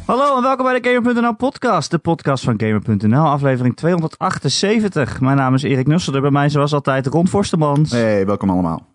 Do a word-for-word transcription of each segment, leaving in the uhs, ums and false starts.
Hallo en welkom bij de Gamer punt n l podcast, de podcast van Gamer punt n l, aflevering tweehonderdachtenzeventig. Mijn naam is Erik Nusselder, bij mij zoals altijd Ron Forstemans. Hey, welkom allemaal.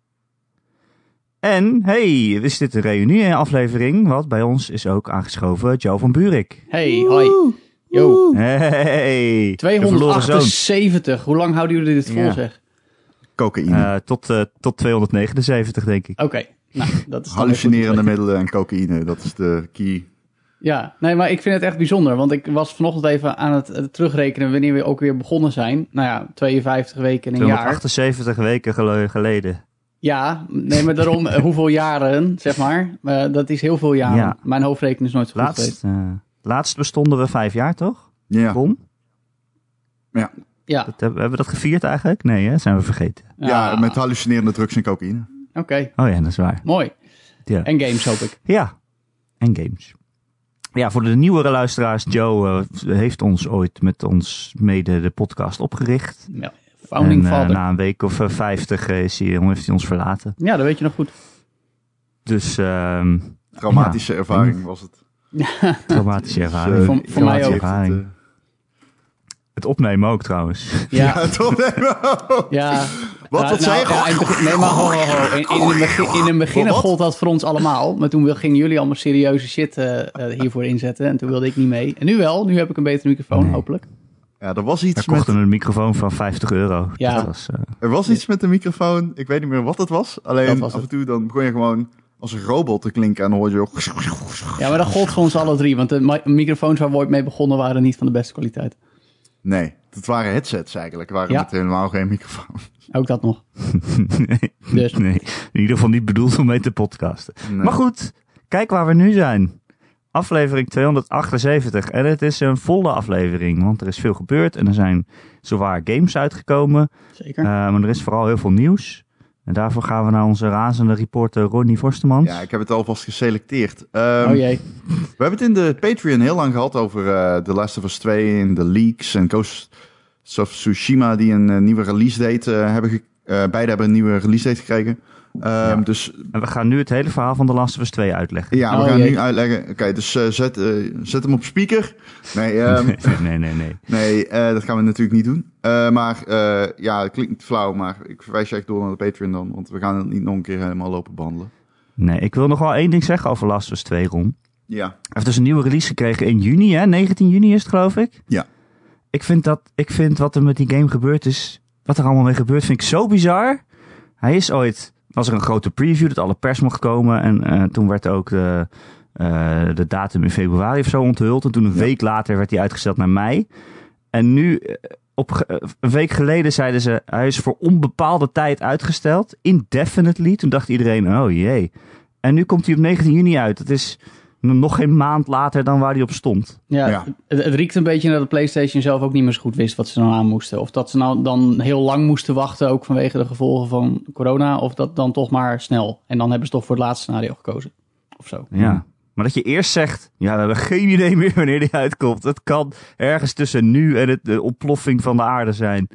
En, hey, is dit een reunie-aflevering, want bij ons is ook aangeschoven Joe van Buurik. Hey, hoi. Yo. Hey. tweehonderdachtenzeventig, hoe lang houden jullie dit vol, Ja. zeg? Cocaïne. Uh, tot, uh, tot tweehonderdnegenenzeventig, denk ik. Oké, okay. nou, dat is dan Hallucinerende middelen en cocaïne, dat is de key. Ja, nee, maar ik vind het echt bijzonder, want ik was vanochtend even aan het, het terugrekenen wanneer we ook weer begonnen zijn. Nou ja, tweeënvijftig weken in een jaar. tweehonderdachtenzeventig weken gel- geleden. Ja, nee, maar daarom, hoeveel jaren, zeg maar. Uh, dat is heel veel jaren. Ja. Mijn hoofdrekening is nooit zo goed laatst, geweest. Uh, laatst bestonden we vijf jaar, toch? Ja. Ron? Ja. ja. Dat, hebben we dat gevierd eigenlijk? Nee, hè? Zijn we vergeten. Ja, ja met hallucinerende drugs en cocaïne. Oké. Okay. Oh ja, dat is waar. Mooi. Ja. En games, hoop ik. Ja, en games. Ja, voor de nieuwere luisteraars, Joe uh, heeft ons ooit met ons mede de podcast opgericht. Ja, founding en, uh, father. Na een week of uh, vijftig is hij, heeft hij ons verlaten. Ja, dat weet je nog goed. Dus, uh, Traumatische ja. ervaring was het. Traumatische ervaring. Dus, uh, voor, voor mij ook. Ervaring. Het, uh... het opnemen ook trouwens. Ja, ja het opnemen ook. Ja. Wat, wat nou, zei je? Nou, ja, nee, maar ho, ho, ho. In, in, een begin, in een begin gold dat voor ons allemaal. Maar toen gingen jullie allemaal serieuze shit uh, uh, hiervoor inzetten. En toen wilde ik niet mee. En nu wel. Nu heb ik een betere microfoon, nee. hopelijk. Ja, er was iets We kochten met... een microfoon van vijftig euro. Ja. Dat was, uh... Er was iets met de microfoon. Ik weet niet meer wat het was. Alleen was af en toe dan begon je gewoon als een robot te klinken. En dan hoor je ook... Ja, maar dat gold voor ons alle drie. Want de mi- microfoons waar we ooit mee begonnen waren niet van de beste kwaliteit. Nee, het waren headsets eigenlijk. Het waren ja. met helemaal geen microfoon. Ook dat nog. nee, dus. nee, in ieder geval niet bedoeld om mee te podcasten. Nee. Maar goed, kijk waar we nu zijn. Aflevering tweehonderdachtenzeventig. En het is een volle aflevering, want er is veel gebeurd. En er zijn zowaar games uitgekomen. Zeker. Uh, maar er is vooral heel veel nieuws. En daarvoor gaan we naar onze razende reporter Ronnie Forstemans. Ja, ik heb het alvast geselecteerd. Um, oh jee. We hebben het in de Patreon heel lang gehad over uh, The Last of Us twee en de leaks en Ghost of Tsushima die een uh, nieuwe release date uh, hebben. Ge- uh, beide hebben een nieuwe release date gekregen. Um, ja. dus, en we gaan nu het hele verhaal van The Last of Us twee uitleggen. Ja, we oh, gaan jee. nu uitleggen. Oké, okay, dus uh, zet, uh, zet hem op speaker. Nee, um, nee, nee, nee. Nee, nee uh, dat gaan we natuurlijk niet doen. Uh, maar uh, ja, het klinkt flauw, maar ik verwijs je echt door naar de Patreon dan. Want we gaan het niet nog een keer helemaal lopen behandelen. Nee, ik wil nog wel één ding zeggen over Last of Us twee, Ron. Ja. Hij heeft dus een nieuwe release gekregen in juni, hè? negentien juni is het, geloof ik. Ja. Ik vind dat, ik vind wat er met die game gebeurd is, wat er allemaal mee gebeurt, vind ik zo bizar. Hij is ooit, was er een grote preview dat alle pers mocht komen. En uh, toen werd ook de, uh, de datum in februari of zo onthuld. En toen een ja. week later werd hij uitgesteld naar mei. En nu, op, een week geleden zeiden ze, hij is voor onbepaalde tijd uitgesteld. Indefinitely. Toen dacht iedereen, oh jee. En nu komt hij op negentien juni uit. Dat is nog geen maand later dan waar hij op stond. Ja, ja. Het, het riekt een beetje dat de PlayStation zelf ook niet meer zo goed wist wat ze nou aan moesten. Of dat ze nou dan heel lang moesten wachten, ook vanwege de gevolgen van corona. Of dat dan toch maar snel. En dan hebben ze toch voor het laatste scenario gekozen. Of zo. Ja. Maar dat je eerst zegt, ja, we hebben geen idee meer wanneer die uitkomt. Het kan ergens tussen nu en het, de ontploffing van de aarde zijn.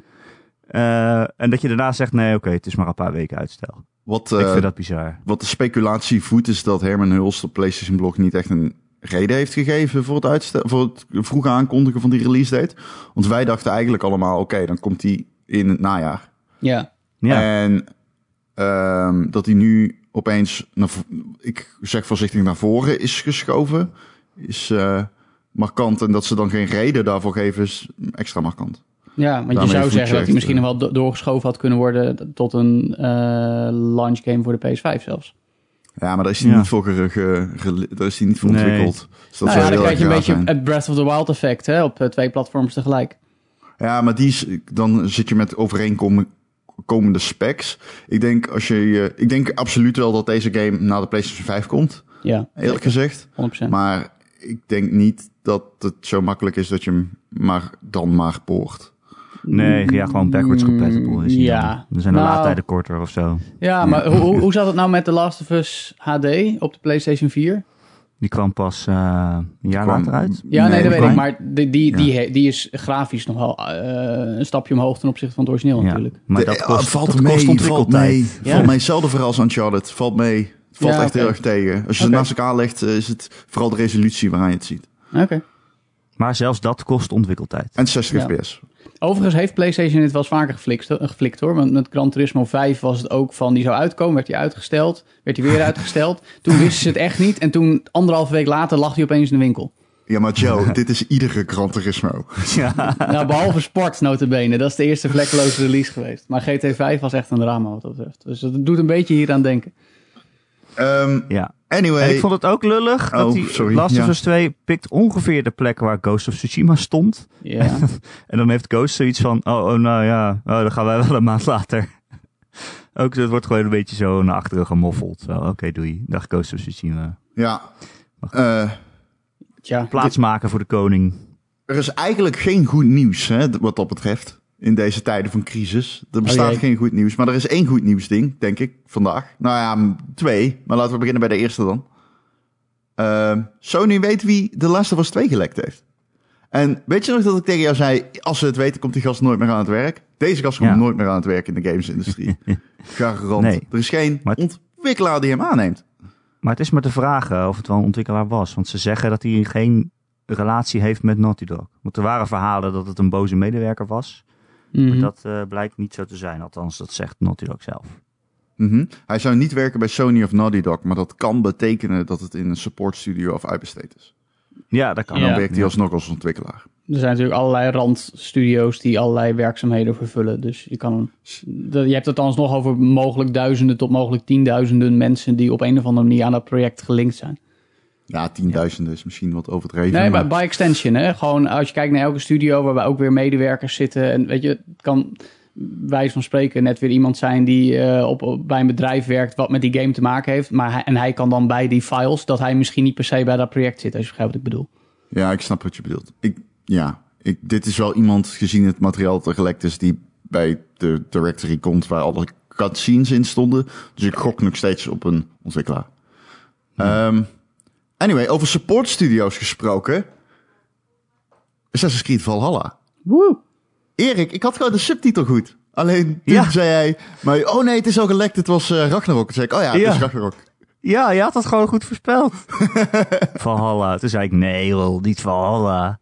Uh, en dat je daarna zegt, nee, oké, okay, het is maar een paar weken uitstel. Wat, uh, ik vind dat bizar. bizar. Wat de speculatie voedt is dat Herman Hulst op PlayStation Blog niet echt een reden heeft gegeven voor het, uitstel, voor het vroege aankondigen van die release date. Want wij dachten eigenlijk allemaal, oké, okay, dan komt die in het najaar. Ja. ja. En um, dat die nu opeens, naar, ik zeg voorzichtig naar voren is geschoven, is uh, markant. En dat ze dan geen reden daarvoor geven is extra markant. Ja, want Daarmee je zou zeggen dat hij misschien uh, nog wel do- doorgeschoven had kunnen worden tot een uh, launch game voor de P S vijf zelfs. Ja, maar daar is hij ja. niet voor, ge- ge- ge- daar is hij niet voor ontwikkeld. Nee. Dus dat nou ja, dan krijg je een beetje zijn. het Breath of the Wild effect, hè, op uh, twee platforms tegelijk. Ja, maar die is, dan zit je met overeenkomende specs. Ik denk, als je, uh, ik denk absoluut wel dat deze game naar de PlayStation vijf komt. Ja, eerlijk gezegd. honderd procent. Maar ik denk niet dat het zo makkelijk is dat je hem maar dan maar poort. Nee, ja, gewoon backwards compatible is. Ja. Er zijn de nou, laadtijden korter of zo. Ja, maar ja. Hoe, hoe zat het nou met The Last of Us H D op de PlayStation vier? Die kwam pas uh, een jaar kwam, later uit. Ja, nee, nee dat weet kwam. ik. Maar die, die, die, ja. die is grafisch nog wel uh, een stapje omhoog ten opzichte van het origineel ja. natuurlijk. Maar dat kost, valt dat mee, kost ontwikkeltijd. Valt mee. Ja. Valt mee. Hetzelfde verhaal als Uncharted. Valt mee. valt Ja, echt oké. heel erg tegen. Als je Oké. ze naast elkaar legt, uh, is het vooral de resolutie waaraan je het ziet. Oké. Okay. Maar zelfs dat kost ontwikkeltijd. En zestig Ja. F P S. Overigens heeft PlayStation dit wel eens vaker geflikt, geflikt hoor. Want met Gran Turismo vijf was het ook van, die zou uitkomen, werd hij uitgesteld. Werd hij weer uitgesteld. Toen wisten ze het echt niet. En toen, anderhalve week later, lag hij opeens in de winkel. Ja, maar Joe, dit is iedere Gran Turismo. Ja. Nou, behalve Sport, notabene. Dat is de eerste vlekkeloze release geweest. Maar G T vijf was echt een drama wat dat betreft. Dus dat doet een beetje hier aan denken. Um, ja. Anyway. En ik vond het ook lullig dat Oh, die sorry, Last of ja. Us twee pikt ongeveer de plek waar Ghost of Tsushima stond. Ja. En dan heeft Ghost zoiets van, oh, oh nou ja, oh, dan gaan wij wel een maand later. Ook, het wordt gewoon een beetje zo naar achteren gemoffeld. Oké, okay, doei. Dag Ghost of Tsushima. Ja. Uh, Tja. Plaats maken voor de koning. Er is eigenlijk geen goed nieuws, hè, wat dat betreft. In deze tijden van crisis. Er bestaat oh geen goed nieuws. Maar er is één goed nieuws ding, denk ik, vandaag. Nou ja, twee. Maar laten we beginnen bij de eerste dan. Uh, Sony weet wie The Last of Us twee gelekt heeft. En weet je nog dat ik tegen jou zei, als ze het weten, komt die gast nooit meer aan het werk? Deze gast komt ja. nooit meer aan het werk in de gamesindustrie. Garant. Nee. Er is geen maar het... ontwikkelaar die hem aanneemt. Maar het is maar te vragen of het wel een ontwikkelaar was. Want ze zeggen dat hij geen relatie heeft met Naughty Dog. Want er waren verhalen dat het een boze medewerker was. Mm-hmm. Maar dat uh, blijkt niet zo te zijn. Althans, dat zegt Naughty Dog zelf. Mm-hmm. Hij zou niet werken bij Sony of Naughty Dog. Maar dat kan betekenen dat het in een support studio of uitbesteed is. Ja, dat kan. En dan ja. werkt hij alsnog als ontwikkelaar. Er zijn natuurlijk allerlei randstudio's die allerlei werkzaamheden vervullen. Dus je kan, je hebt het alsnog over mogelijk duizenden tot mogelijk tienduizenden mensen die op een of andere manier aan dat project gelinkt zijn. Ja, tienduizenden is misschien wat overdreven. Nee, maar... by, by extension. Hè? Gewoon als je kijkt naar elke studio waarbij ook weer medewerkers zitten. En weet je, het kan wijze van spreken net weer iemand zijn die uh, op, op, bij een bedrijf werkt wat met die game te maken heeft. Maar hij, en hij kan dan bij die files dat hij misschien niet per se bij dat project zit. Als je begrijpt wat ik bedoel. Ja, ik snap wat je bedoelt. Ik, ja, ik, dit is wel iemand, gezien het materiaal dat er gelekt is, die bij de directory komt waar alle cutscenes in stonden. Dus ik gok nog steeds op een ontwikkelaar. Ja. Um, anyway, over support studio's gesproken. Assassin's Creed Valhalla. Woe! Erik, ik had gewoon de subtitel goed. Alleen toen ja. zei hij, maar oh nee, het is al gelekt, het was uh, Ragnarok. Toen zei ik, oh ja, het ja. is Ragnarok. Ja, je had dat gewoon goed voorspeld. Valhalla. Toen zei ik, nee joh, niet Valhalla.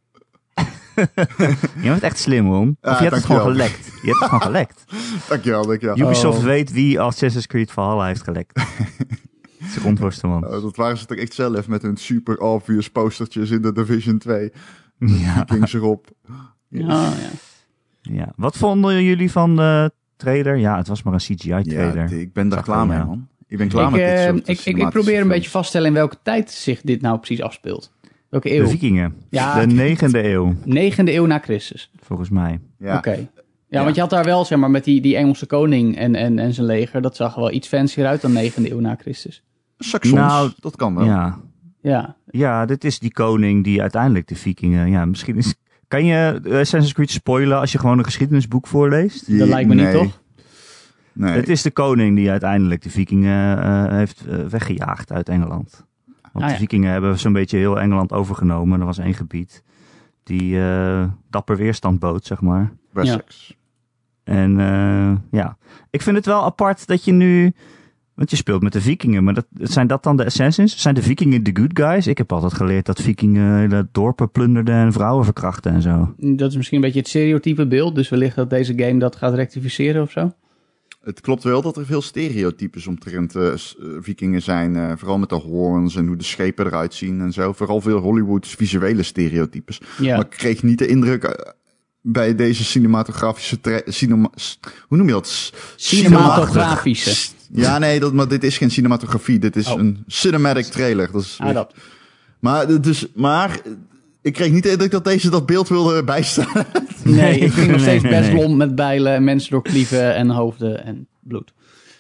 Je bent echt slim, Ron. Of ah, je hebt het gewoon wel. gelekt. Je hebt het gewoon gelekt. Dankjewel, dankjewel. Ubisoft oh. weet wie Assassin's Creed Valhalla heeft gelekt. Het is rondworstenman. Oh, dat waren ze toch echt zelf met hun super obvious postertjes in de Division twee. Ja. Ging ze erop. Yes. Oh, ja. Ja. Wat vonden jullie van de trailer? Ja, het was maar een C G I-trailer. Ja, ik ben daar klaar mee, man. Ik ben klaar ik, met dit uh, soort ik, ik, ik probeer een beetje vast te stellen in welke tijd zich dit nou precies afspeelt. Welke eeuw? De Vikingen. Ja, de negende eeuw. Negende eeuw na Christus. Volgens mij. Ja. Oké. Okay. Ja, ja, want je had daar wel, zeg maar, met die, die Engelse koning en, en, en zijn leger. Dat zag er wel iets fancier uit dan negende eeuw na Christus. Saxons, nou, dat kan wel. Ja. Ja. Ja, dit is die koning die uiteindelijk de Vikingen... Ja, misschien is... Kan je Assassin's Creed spoilen als je gewoon een geschiedenisboek voorleest? Dat lijkt me nee. niet, toch? Nee. Het is de koning die uiteindelijk de Vikingen uh, heeft uh, weggejaagd uit Engeland. Want ah, ja. de Vikingen hebben zo'n beetje heel Engeland overgenomen. Er was één gebied die uh, dapper weerstand bood, zeg maar. Wessex. Ja. En uh, ja, ik vind het wel apart dat je nu... Want je speelt met de Vikingen, maar dat, zijn dat dan de Assassins? Zijn de Vikingen de good guys? Ik heb altijd geleerd dat Vikingen hele dorpen plunderden en vrouwen verkrachten en zo. Dat is misschien een beetje het stereotype beeld. Dus wellicht dat deze game dat gaat rectificeren of zo? Het klopt wel dat er veel stereotypes omtrent uh, Vikingen zijn. Uh, vooral met de horns en hoe de schepen eruit zien en zo. Vooral veel Hollywood visuele stereotypes. Ja. Maar ik kreeg niet de indruk... Uh, bij deze cinematografische... Tra- cinema, hoe noem je dat? Cinematografische. Ja, nee, dat, maar dit is geen cinematografie. Dit is oh. een cinematic trailer. Dat is ah, dat. Maar, dus, maar ik kreeg niet de indruk dat deze dat beeld wilde bijstaan. Nee, ik ging nog steeds nee, nee, best blond met bijlen en mensen doorklieven en hoofden en bloed.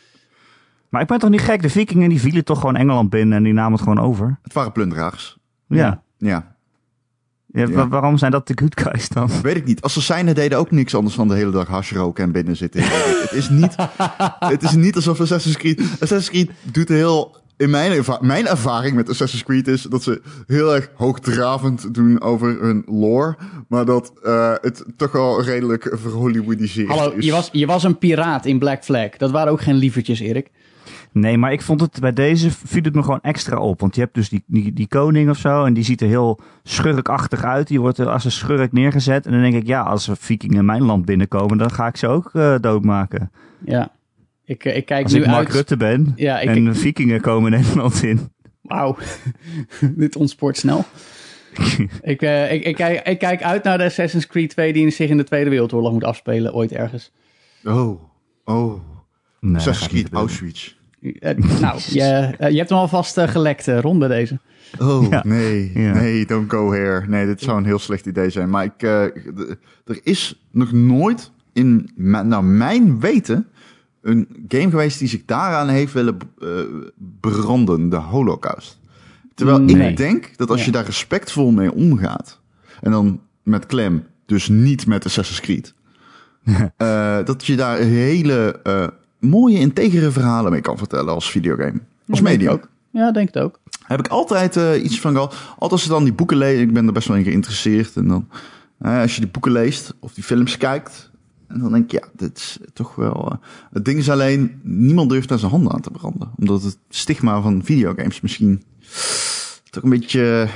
Maar ik ben toch niet gek? De Vikingen die vielen toch gewoon Engeland binnen en die namen het gewoon over? Het waren plunderaars. Ja. Ja. Ja, ja. Waarom zijn dat de good guys dan? Weet ik niet. Assassijnen deden ook niks anders dan de hele dag hash roken en binnen zitten. het, is niet, het is niet alsof Assassin's Creed... Assassin's Creed doet heel in mijn, erva- mijn ervaring met Assassin's Creed is dat ze heel erg hoogdravend doen over hun lore, maar dat uh, het toch wel redelijk verhollywoodiseerd Hallo, is. je was, je was een piraat in Black Flag. Dat waren ook geen lievertjes, Erik. Nee, maar ik vond het bij deze viel het me gewoon extra op. Want je hebt dus die, die, die koning of zo. En die ziet er heel schurkachtig uit. Die wordt er als een schurk neergezet. En dan denk ik, ja, als er vikingen mijn land binnenkomen, dan ga ik ze ook uh, doodmaken. Ja. Ik, ik kijk als nu ik Mark uit... Rutte ben Ja, ik, en ik... vikingen komen Nederland in. Wauw. Dit ontspoort snel. ik, uh, ik, ik, kijk, ik kijk uit naar de Assassin's Creed twee die zich in de Tweede Wereldoorlog moet afspelen. Ooit ergens. Oh, oh. Nee, Assassin's Creed Auschwitz. Uh, nou, je, uh, je hebt hem alvast uh, gelekt, uh, Ron, bij deze. Oh, Ja. nee. Ja. Nee, don't go here. Nee, dit zou een heel slecht idee zijn. Maar ik, uh, d- er is nog nooit in m- nou, mijn weten een game geweest die zich daaraan heeft willen uh, branden. De Holocaust. Terwijl Nee. ik denk dat als Ja. je daar respectvol mee omgaat, en dan met klem, dus niet met Assassin's Creed, uh, dat je daar hele uh, mooie, integere verhalen mee kan vertellen als videogame. Als Ja, denk medium. ik ook. Ja, denk het ook. Heb ik altijd uh, iets van gehad. Altijd als ze dan die boeken lezen, ik ben er best wel in geïnteresseerd. En dan, uh, als je die boeken leest of die films kijkt, en dan denk je, ja, dit is toch wel... Uh, het ding is alleen, niemand durft daar zijn handen aan te branden. Omdat het stigma van videogames misschien toch een beetje, uh,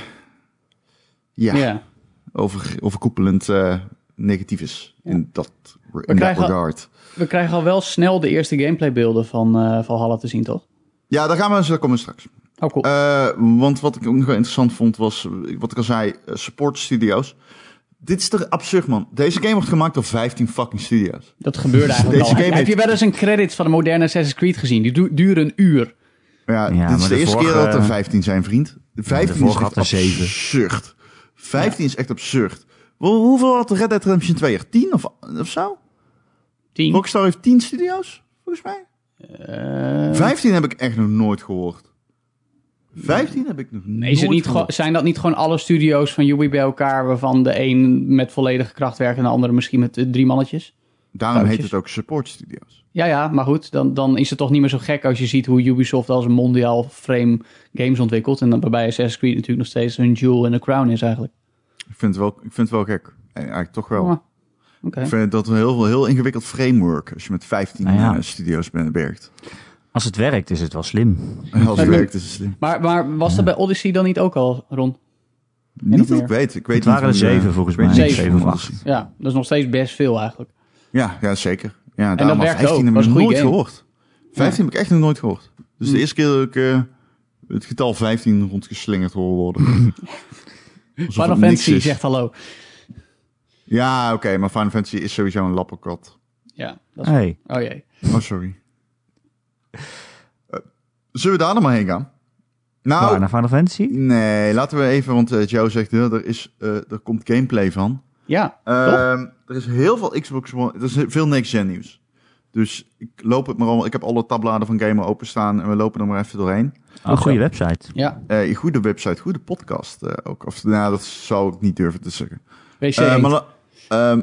ja, Ja. over, overkoepelend uh, negatief is. Ja. In dat, in that krijgen al- regard. We krijgen al wel snel de eerste gameplaybeelden van uh, Valhalla te zien, toch? Ja, daar gaan we, daar komen we straks. Oh, cool. Uh, want wat ik ook nog wel interessant vond was, wat ik al zei, uh, support studio's. Dit is toch absurd, man. Deze game wordt gemaakt door vijftien fucking studio's. Dat gebeurde eigenlijk Deze al. game Heb je heeft- wel eens een credits van de moderne Assassin's Creed gezien? Die du- duren een uur. Ja, Ja, dit is maar de, de eerste vorige- keer dat er vijftien zijn, vriend. vijftien is vorige echt had er zeven. absurd. vijftien is echt absurd. Hoe- hoeveel had Red Dead Redemption twee er? tien of, of zo? Tien. Rockstar heeft tien studio's, volgens mij. Uh, vijftien heb ik echt nog nooit gehoord. vijftien heb ik nog nee, nooit is het niet gehoord. gewoon- zijn dat niet gewoon alle studio's van Ubi bij elkaar, waarvan de een met volledige kracht werkt en de andere misschien met uh, drie mannetjes? Daarom heet foutjes? het ook support studio's. Ja, ja, maar goed, dan, dan is het toch niet meer zo gek als je ziet hoe Ubisoft als een mondiaal frame games ontwikkelt. En dan waarbij Assassin's Creed natuurlijk nog steeds een jewel in the crown is eigenlijk. Ik vind het wel, ik vind het wel gek. Eh, Eigenlijk toch wel. Oh, Oké. Ik vind dat een heel, heel ingewikkeld framework als je met vijftien Nou ja. uh, studio's bent werkt. Als het werkt, is het wel slim. En als het Ja. werkt is het slim. Maar, maar was dat bij Odyssey dan niet ook al, Ron? Niet dat meer. ik weet. Ik weet Het waren er niet hoe, uh, zeven volgens ik weet mij. niet Zeven. Zeven of hoe- acht. Ja, dat is nog steeds best veel eigenlijk. Ja, ja, zeker. Ja, dat daarom werkt vijftien ook. heb Was ik een nog goede nooit game. gehoord. vijftien heb ik echt nog nooit gehoord. Dus Hm. de eerste keer dat ik uh, het getal vijftien rondgeslingerd hoor worden. Alsof Final het niks Fantasy is. zegt hallo. Ja, oké, okay, maar Final Fantasy is sowieso een lappenkat. Ja, dat is... Hey. Oh jee. Oh, sorry. Uh, zullen we daar nog maar heen gaan? Nou, Waar, naar Final Fantasy? nee, laten we even, want uh, Joe zegt, uh, er, is, uh, er komt gameplay van. Ja, Ehm, er is heel veel Xbox One, er is veel next-gen nieuws. Dus ik loop het maar al, ik heb alle tabbladen van Gamer openstaan en we lopen er maar even doorheen. Een goede website. ja. Uh, goede website, goede podcast uh, ook. Of, nou, dat zou ik niet durven te zeggen. W C Uh, Eend. maar la- ehm,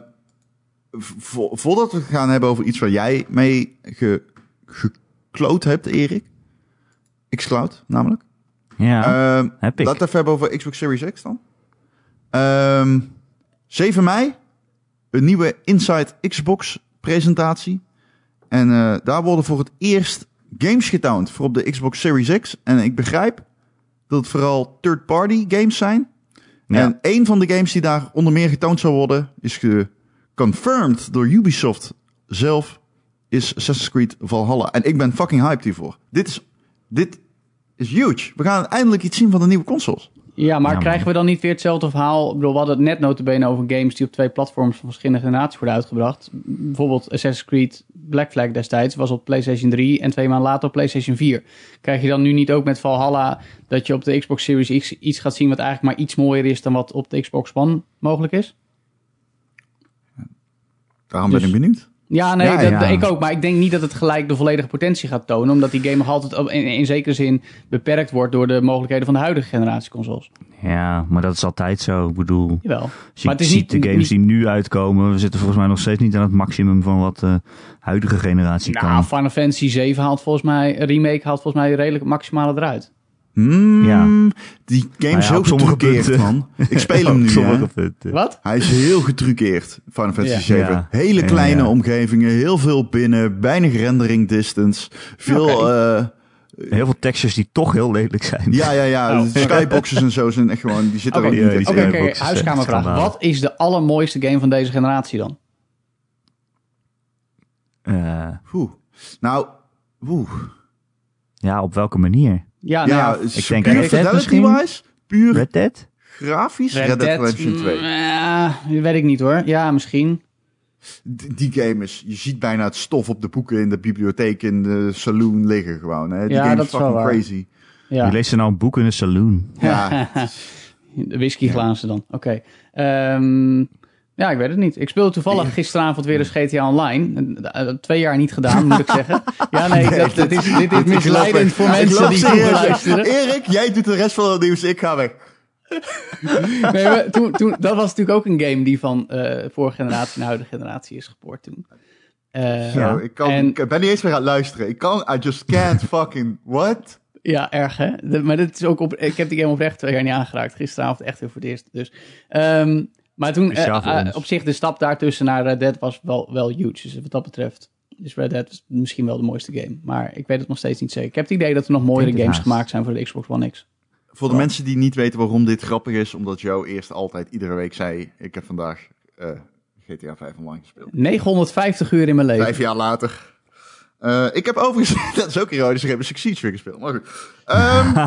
vo- voordat we het gaan hebben over iets waar jij mee ge, gekloot hebt, Erik. Xcloud, namelijk. Ja, Ehm, heb ik. Laten we het even hebben over Xbox Series X dan. Ehm, zeven mei, een nieuwe Inside Xbox presentatie. En uh, daar worden voor het eerst games getoond voor op de Xbox Series X. En ik begrijp dat het vooral third-party games zijn. Ja. En een van de games die daar onder meer getoond zal worden, is geconfirmed door Ubisoft zelf, is Assassin's Creed Valhalla. En ik ben fucking hyped hiervoor. Dit is, dit is huge. We gaan eindelijk iets zien van de nieuwe consoles. Ja, maar Ja, krijgen we dan niet weer hetzelfde verhaal? Ik bedoel, we hadden het net notabene over games die op twee platforms van verschillende generaties worden uitgebracht. Bijvoorbeeld Assassin's Creed Black Flag destijds was op PlayStation drie en twee maanden later op PlayStation vier. Krijg je dan nu niet ook met Valhalla dat je op de Xbox Series X iets gaat zien wat eigenlijk maar iets mooier is dan wat op de Xbox One mogelijk is? Daarom Dus- ben ik benieuwd. Ja, nee, Ja, dat, ja. ik ook. Maar ik denk niet dat het gelijk de volledige potentie gaat tonen. Omdat die game nog altijd op- in, in zekere zin beperkt wordt door de mogelijkheden van de huidige generatie consoles. Ja, maar dat is altijd zo. Ik bedoel, Jawel. als je Maar het is ziet niet- de games niet- die nu uitkomen, we zitten volgens mij nog steeds niet aan het maximum van wat de huidige generatie Nou, kan. Final Fantasy zeven haalt volgens mij, een remake haalt volgens mij redelijk het maximale eruit. Hmm, Ja. Die game Nou is ja, heel op sommige getruckeerd, punten. man. Ik speel hem Op nu, hè. sommige punten. Wat? Hij is heel getruckeerd, Final Fantasy Ja. zeven. Ja. Hele Ja, kleine ja. omgevingen, heel veel binnen, weinig rendering distance. Veel, Oké. eh, Heel veel textures die toch heel lelijk zijn. ja, ja, ja. Oh. De skyboxes en zo zijn echt gewoon, die zitten Oké, er ook ja, niet die echt Oké, in. oké, Skyboxes, huiskamervraag. schandalen. Wat is de allermooiste game van deze generatie dan? Eh, Oeh. Nou, oeh. ja, op welke manier? Ja, nou Ja, ja, ik puur denk Red Dead fidelity misschien? wise, puur Red Dead? grafisch, Red, Red Dead Dead, Redemption twee. mm, eh, weet ik niet hoor. Ja, misschien. D- die game is, je ziet bijna het stof op de boeken in de bibliotheek in de saloon liggen gewoon. Hè? Die Ja, game dat is is wel fucking waar. crazy. Ja. Je leest er nou een boek in een saloon. Ja, De whiskyglazen dan. Oké. Ehm, ja, ik weet het niet. Ik speelde toevallig gisteravond weer eens G T A Online. Eh, eh, Twee jaar niet gedaan, moet ik zeggen. Ja, nee, dat, dit is, dit is misleidend voor Ik mensen loop die serieus vroeger weg. luisteren. Erik, jij doet de rest van het nieuws, ik ga weg. Nee, maar toen, toen, dat was natuurlijk ook een game die van eh vorige generatie naar huidige generatie is gepoord toen. Eh, Zo, ik, kan, en- ik ben niet eens meer aan het luisteren. Ik kan, I just can't fucking, what? Ja, erg hè. De- maar dit is ook op, ik heb die game oprecht twee jaar niet aangeraakt. Gisteravond echt weer voor het eerst. Dus, Ehm, maar toen, Speciaal eh, voor eh, ons. op zich de stap daartussen naar Red Dead was wel, wel huge. Dus wat dat betreft is Red Dead misschien wel de mooiste game. Maar ik weet het nog steeds niet zeker. Ik heb het idee dat er nog mooiere denk het games haast. gemaakt zijn voor de Xbox One X. Voor de mensen die niet weten waarom dit grappig is, omdat Joe eerst altijd iedere week zei, ik heb vandaag eh, G T A vijf online gespeeld. negenhonderdvijftig uur in mijn leven. Vijf jaar later. Eh, ik heb overigens, dat is ook ironisch, ik heb een Siege weer gespeeld. Maar goed. Ehm,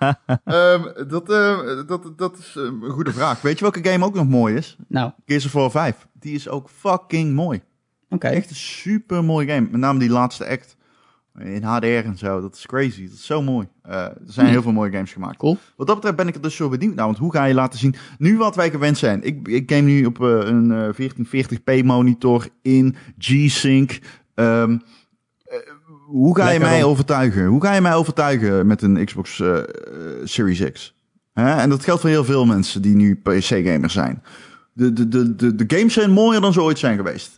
ehm, dat, eh, dat, dat is eh, een goede vraag. Weet je welke game ook nog mooi is? Nou, Gears of War vijf. Die is ook fucking mooi. oké. Echt een super mooi game. Met name die laatste act. In H D R en zo. Dat is crazy. Dat is zo mooi. Eh, er zijn heel veel mooie games gemaakt. Cool. Wat dat betreft ben ik er dus zo benieuwd naar. Want hoe ga je laten zien... Nu wat wij gewend zijn. Ik, ik game nu op eh, een eh, veertien veertig p monitor in G-Sync. Ehm, eh, hoe ga je Lekker mij dan. overtuigen? Hoe ga je mij overtuigen met een Xbox eh, eh, Series X? Hè? En dat geldt voor heel veel mensen die nu P C-gamers zijn. De, de, de, de, de games zijn mooier dan ze ooit zijn geweest.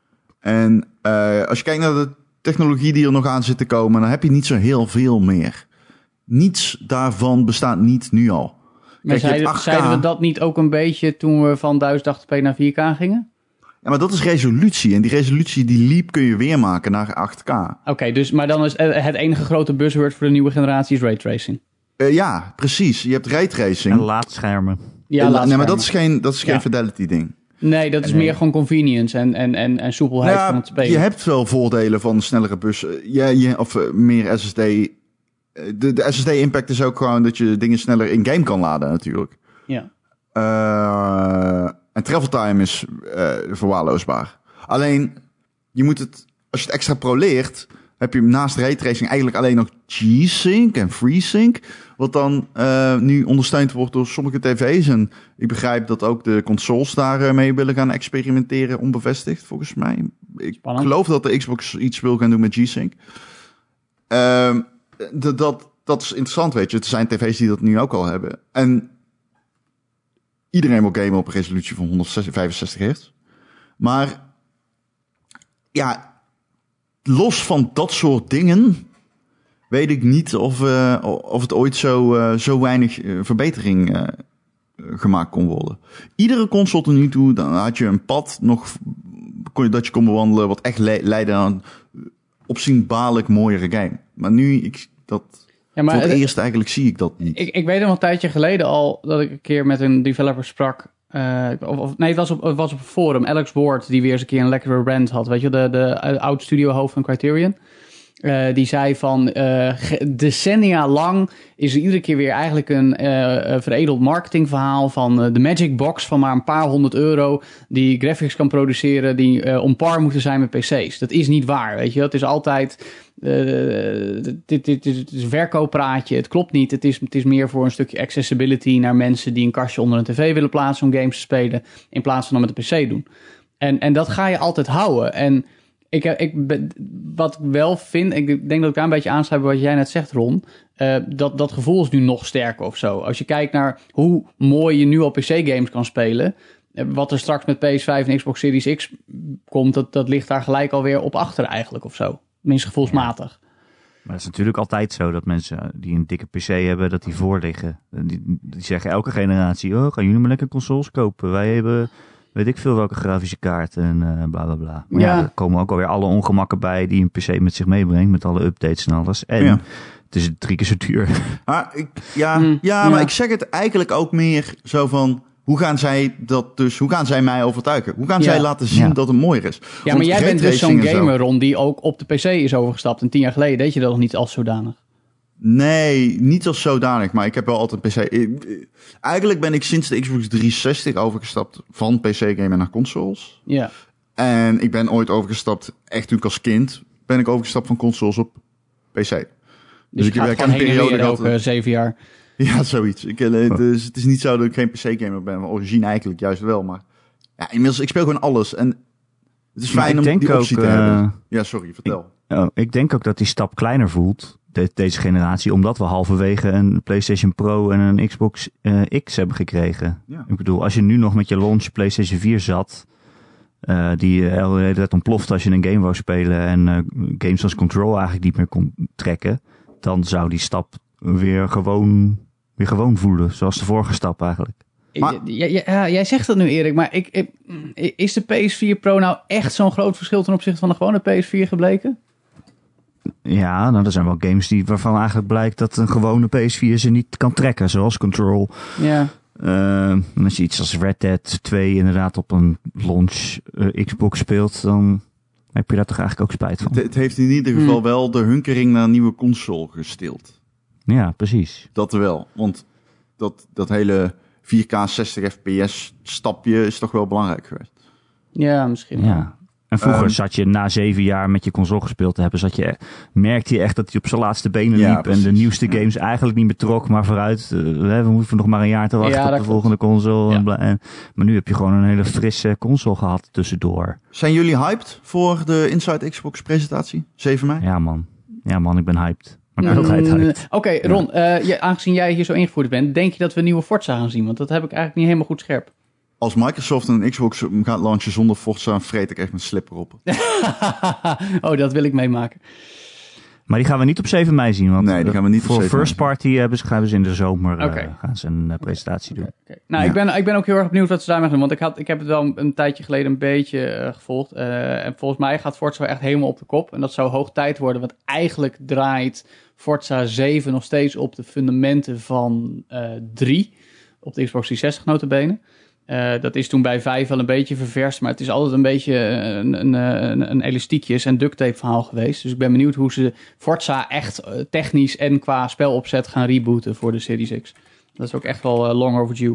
En eh, als je kijkt naar de technologie die er nog aan zit te komen, dan heb je niet zo heel veel meer. Niets daarvan bestaat niet nu al. Maar Kijk, je hebt zeiden, acht K. zeiden we dat niet ook een beetje toen we van duizend achtzig p naar vier K gingen? Ja, maar dat is resolutie. En die resolutie, die leap kun je weer maken naar acht K. Oké, dus, maar dan is eh, het enige grote buzzword voor de nieuwe generatie is raytracing. Eh, ja, precies. Je hebt raytracing. En laadschermen. Ja, Eh, laat nee, maar dat schermen. is geen, dat is geen Ja. fidelity ding. Nee, dat is Nee. meer gewoon convenience en, en, en, en soepelheid Nou ja, van het spelen. je hebt wel voordelen van snellere bussen. Ja, je, of eh, meer S S D. Eh, De, de S S D-impact is ook gewoon dat je dingen sneller in-game kan laden natuurlijk. Ja. Eh, en travel time is eh, verwaarloosbaar. Alleen, je moet het, als je het extrapoleert, heb je naast raytracing eigenlijk alleen nog G-Sync en FreeSync. Wat dan eh, nu ondersteund wordt door sommige tv's. En ik begrijp dat ook de consoles daarmee mee willen gaan experimenteren, onbevestigd volgens mij. Ik Spannend. geloof dat de Xbox iets wil gaan doen met G-Sync. Ehm, dat, dat, dat is interessant, weet je. Er zijn tv's die dat nu ook al hebben. En iedereen wil gamen op een resolutie van honderdvijfenzestig hertz. Maar ja, los van dat soort dingen weet ik niet of, uh, of het ooit zo, uh, zo weinig uh, verbetering uh, gemaakt kon worden. Iedere console tot nu toe, dan had je een pad nog kon je, dat je kon bewandelen wat echt le- leidde aan opzienbaarlijk mooiere game. Maar nu, ik, dat, Ja, maar voor het het- eerst eigenlijk zie ik dat niet. Ik, ik weet nog een tijdje geleden al dat ik een keer met een developer sprak. eh, of, of, nee, het was, op, het was op een forum. Alex Ward, die weer eens een keer een lekkere rant had. Weet je, de, de oud studiohoofd van Criterion. Eh, die zei van uh, decennia lang is er iedere keer weer eigenlijk een uh, veredeld marketingverhaal van uh, de Magic Box van maar een paar honderd euro die graphics kan produceren die uh, on par moeten zijn met P C's. Dat is niet waar, weet je. Het is altijd uh, dit, dit, dit is een verkooppraatje. Het klopt niet. Het is, het is meer voor een stukje accessibility naar mensen die een kastje onder een tv willen plaatsen om games te spelen in plaats van dat met de P C doen. En, en dat ga je altijd houden. En Ik, ik, ben- wat ik wel vind, ik denk dat ik daar een beetje aansluit bij wat jij net zegt, Ron. Uh, dat, dat gevoel is nu nog sterker of zo. Als je kijkt naar hoe mooi je nu al P C-games kan spelen, wat er straks met P S vijf en Xbox Series X komt, dat, dat ligt daar gelijk alweer op achter eigenlijk of zo. Tenminste gevoelsmatig. Ja. Maar het is natuurlijk altijd zo dat mensen die een dikke P C hebben, dat die voorliggen. Die, die zeggen elke generatie, oh, gaan jullie maar lekker consoles kopen. Wij hebben, weet ik veel welke grafische kaart en uh, bla bla bla. Maar ja. ja, er komen ook alweer alle ongemakken bij die een P C met zich meebrengt, met alle updates en alles. En ja. het is drie keer zo duur. Maar ik, ja, mm, ja, ja, maar ik zeg het eigenlijk ook meer zo van, hoe gaan zij dat dus, hoe gaan zij mij overtuigen? Hoe gaan ja. zij laten zien ja. dat het mooier is? Ja, Want maar jij bent dus zo'n gamer, Ron, die ook op de P C is overgestapt. En tien jaar geleden deed je dat nog niet als zodanig. Nee, niet als zodanig, maar ik heb wel altijd een P C. Eigenlijk ben ik sinds de Xbox driehonderdzestig overgestapt van P C-gamer naar consoles. Ja. En ik ben ooit overgestapt, echt toen ik als kind, ben ik overgestapt van consoles op P C. Dus, dus ik heb een periode gehad. Ook uh, zeven jaar. Ja, zoiets. Ik, uh, dus het is niet zo dat ik geen P C-gamer ben, maar origine eigenlijk juist wel. Maar ja, inmiddels, ik speel gewoon alles. En het is fijn om die optie ook, te uh, hebben. Ja, sorry, vertel. Ik, oh, ik denk ook dat die stap kleiner voelt. De, deze generatie, omdat we halverwege een PlayStation Pro en een Xbox uh, X hebben gekregen. Ja. Ik bedoel, als je nu nog met je launch PlayStation vier zat, uh, die uh, de hele tijd ontplofte als je een game wou spelen en uh, games als Control eigenlijk niet meer kon trekken, dan zou die stap weer gewoon, weer gewoon voelen, zoals de vorige stap eigenlijk. Maar, ja, ja, ja, jij zegt dat nu, Erik, maar ik, ik, is de P S vier Pro nou echt zo'n groot verschil ten opzichte van de gewone P S vier gebleken? Ja, nou, er zijn wel games die, waarvan eigenlijk blijkt dat een gewone P S vier ze niet kan trekken, zoals Control. Ja. Uh, als je iets als Red Dead twee inderdaad op een launch uh, Xbox speelt, dan heb je daar toch eigenlijk ook spijt van. Het, het heeft in ieder geval hmm. wel de hunkering naar een nieuwe console gestild. Ja, precies. Dat wel, want dat, dat hele vier K zestig F P S stapje is toch wel belangrijk geweest. Ja, misschien. Ja. En vroeger um, zat je na zeven jaar met je console gespeeld te hebben, zat je, merkte je echt dat hij op zijn laatste benen ja, liep precies, en de nieuwste ja. games eigenlijk niet meer trok, maar vooruit, uh, we hoeven nog maar een jaar te wachten ja, op de klopt. volgende console. Ja. En bla, en, maar nu heb je gewoon een hele frisse console gehad tussendoor. Zijn jullie hyped voor de Inside Xbox presentatie? zeven mei? Ja man, ja man, ik ben hyped. Maar ik ben altijd hyped. Oké, okay, Ron, uh, je, aangezien jij hier zo ingevoerd bent, denk je dat we een nieuwe Forza gaan zien? Want dat heb ik eigenlijk niet helemaal goed scherp. Als Microsoft een Xbox gaat launchen zonder Forza, vreet ik echt mijn slipper op. Oh, dat wil ik meemaken. Maar die gaan we niet op zeven mei zien. Want nee, die gaan we niet voor op first party hebben ze, gaan we ze in de zomer okay. uh, gaan ze een uh, presentatie doen. Okay, okay. Nou, ja. ik, ben, ik ben ook heel erg benieuwd wat ze daarmee doen. Want ik, had, ik heb het wel een, een tijdje geleden een beetje uh, gevolgd. Uh, en volgens mij gaat Forza echt helemaal op de kop. En dat zou hoog tijd worden. Want eigenlijk draait Forza zeven nog steeds op de fundamenten van uh, drie. Op de Xbox driehonderdzestig notabene. Uh, dat is toen bij vijf wel een beetje ververst, maar het is altijd een beetje een, een, een, een elastiekjes en duct tape verhaal geweest. Dus ik ben benieuwd hoe ze Forza echt technisch en qua spelopzet gaan rebooten voor de Series X. Dat is ook echt wel uh, long overdue.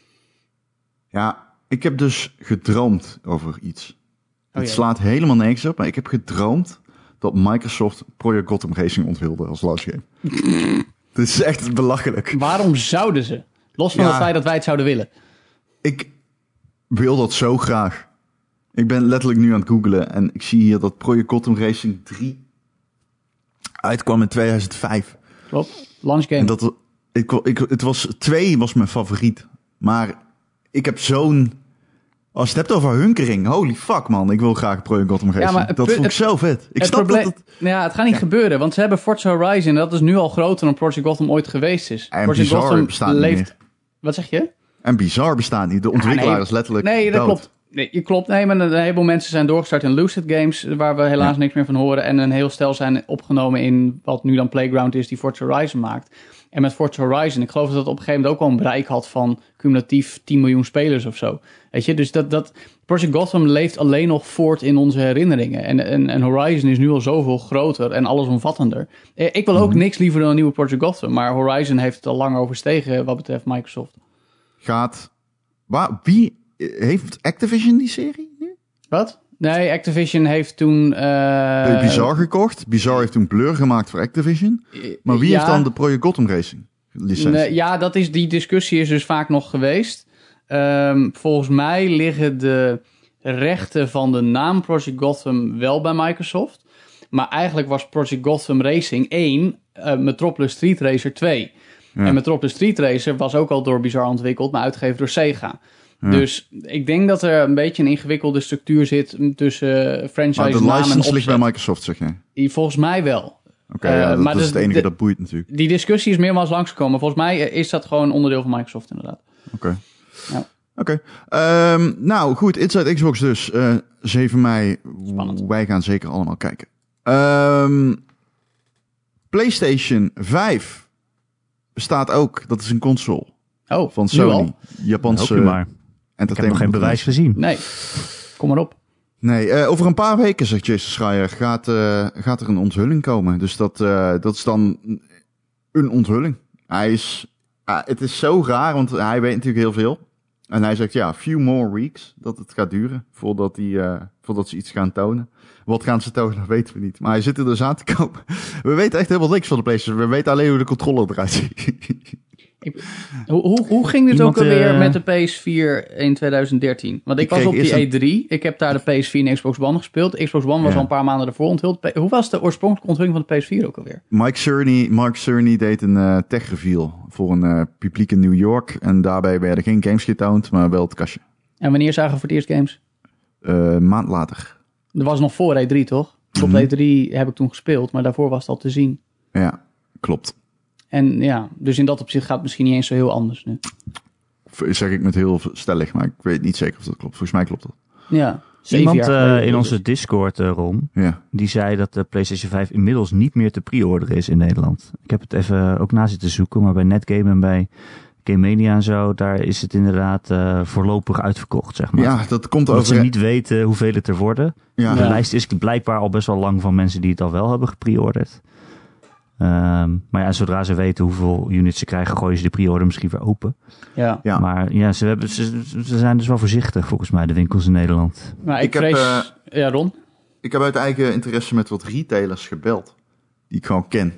Ja, ik heb dus gedroomd over iets. Oh, het ja. slaat helemaal niks op, maar ik heb gedroomd dat Microsoft Project Gotham Racing onthulde als launch game. Dit is echt belachelijk. Waarom zouden ze? Los van ja. het feit dat wij het zouden willen. Ik wil dat zo graag. Ik ben letterlijk nu aan het googlen en ik zie hier dat Project Gotham Racing drie uitkwam in tweeduizend vijf. Klopt, launch game. En dat, ik, ik, het was, twee was mijn favoriet. Maar ik heb zo'n... Als je het hebt over hunkering, holy fuck man, ik wil graag Project Gotham Racing. Ja, maar dat vond ik het, zo vet. Ik snap probleem, dat het... Ja, het gaat niet ja. gebeuren, want ze hebben Forza Horizon, dat is nu al groter dan Project Gotham ooit geweest is. En Project Bizarre Gotham bestaat leeft... niet meer. Wat zeg je? En Bizarre bestaat niet. De ontwikkelaar ja, nee, is letterlijk Nee, dat dood. klopt. Nee, je klopt. Nee, maar een heleboel mensen zijn doorgestart in Lucid Games, waar we helaas ja. niks meer van horen. En een heel stel zijn opgenomen in wat nu dan Playground is, die Forza Horizon maakt. En met Forza Horizon, ik geloof dat het op een gegeven moment ook wel een bereik had van cumulatief tien miljoen spelers of zo. Weet je, dus dat, dat Project Gotham leeft alleen nog voort in onze herinneringen. En, en, en Horizon is nu al zoveel groter en allesomvattender. Ik wil ook mm-hmm. niks liever dan een nieuwe Project Gotham, maar Horizon heeft het al lang overstegen wat betreft Microsoft. Gaat... Waar, wie heeft Activision die serie nu? Wat? Nee, Activision heeft toen... Uh, Bizarre gekocht. Bizarre heeft toen Blur gemaakt voor Activision. Maar wie ja, heeft dan de Project Gotham Racing licentie? Nee, ja, dat is, die discussie is dus vaak nog geweest. Um, volgens mij liggen de rechten van de naam Project Gotham wel bij Microsoft. Maar eigenlijk was Project Gotham Racing één, uh, Metropolis Street Racer twee. Ja. En Metropolis Street Racer was ook al door Bizarre ontwikkeld, maar uitgegeven door Sega. Ja. Dus ik denk dat er een beetje een ingewikkelde structuur zit tussen uh, franchise naam en opzet. Maar de license ligt bij Microsoft, zeg je? Volgens mij wel. Oké, okay, uh, ja, dat, maar dat is de, het enige de, dat boeit natuurlijk. Die discussie is meermaals langsgekomen. Volgens mij is dat gewoon onderdeel van Microsoft inderdaad. Oké. Okay. Ja. Oké. Okay. Um, nou goed, Inside Xbox dus. Uh, zeven mei. Spannend. Wij gaan zeker allemaal kijken. Um, PlayStation vijf bestaat ook. Dat is een console. Oh, van Sony. Japanse maar. Ik heb nog geen bewijs gezien. Nee, kom maar op. Nee, uh, over een paar weken, zegt Jason Schreier, gaat, uh, gaat er een onthulling komen. Dus dat, uh, dat is dan een onthulling. Hij is, uh, het is zo raar, want hij weet natuurlijk heel veel. En hij zegt, ja, few more weeks dat het gaat duren voordat, die, uh, voordat ze iets gaan tonen. Wat gaan ze tonen, dat weten we niet. Maar hij zit er dus aan te komen. We weten echt helemaal niks van de PlayStation. We weten alleen hoe de controller eruit ziet. Ik, hoe, hoe, hoe ging dit Iemand, ook alweer uh, met de P S vier in twintig dertien? Want ik, ik was op die E drie. Ik heb daar de P S vier en Xbox One gespeeld. Xbox One was ja. al een paar maanden ervoor onthuld. Hoe was de oorspronkelijke onthulling van de P S vier ook alweer? Mike Cerny, Mark Cerny deed een uh, tech reveal voor een uh, publiek in New York. En daarbij werden geen games getoond, maar wel het kastje. En wanneer zagen we voor het eerst games? Uh, een maand later. Dat was nog voor E drie, toch? Op mm-hmm. E drie heb ik toen gespeeld, maar daarvoor was het al te zien. Ja, klopt. En ja, dus in dat opzicht gaat het misschien niet eens zo heel anders nu. Zeg ik met heel stellig, maar ik weet niet zeker of dat klopt. Volgens mij klopt dat. Ja. Iemand uh, in onze Discord, uh, Ron, ja. die zei dat de PlayStation vijf inmiddels niet meer te pre-orderen is in Nederland. Ik heb het even ook na zitten zoeken, maar bij Netgame en bij Game Mania en zo, daar is het inderdaad uh, voorlopig uitverkocht, zeg maar. Ja, dat komt Omdat over... ze niet weten hoeveel het er worden. Ja. De Ja. lijst is blijkbaar al best wel lang van mensen die het al wel hebben gepreorderd. Um, maar ja, zodra ze weten hoeveel units ze krijgen, gooien ze de pre-order misschien weer open. Ja. Ja. Maar ja, ze, hebben, ze, ze zijn dus wel voorzichtig volgens mij, de winkels in Nederland. Maar ik, Ik heb, vrees... uh, ja, Ron? Ik heb uit eigen interesse met wat retailers gebeld. Die ik gewoon ken.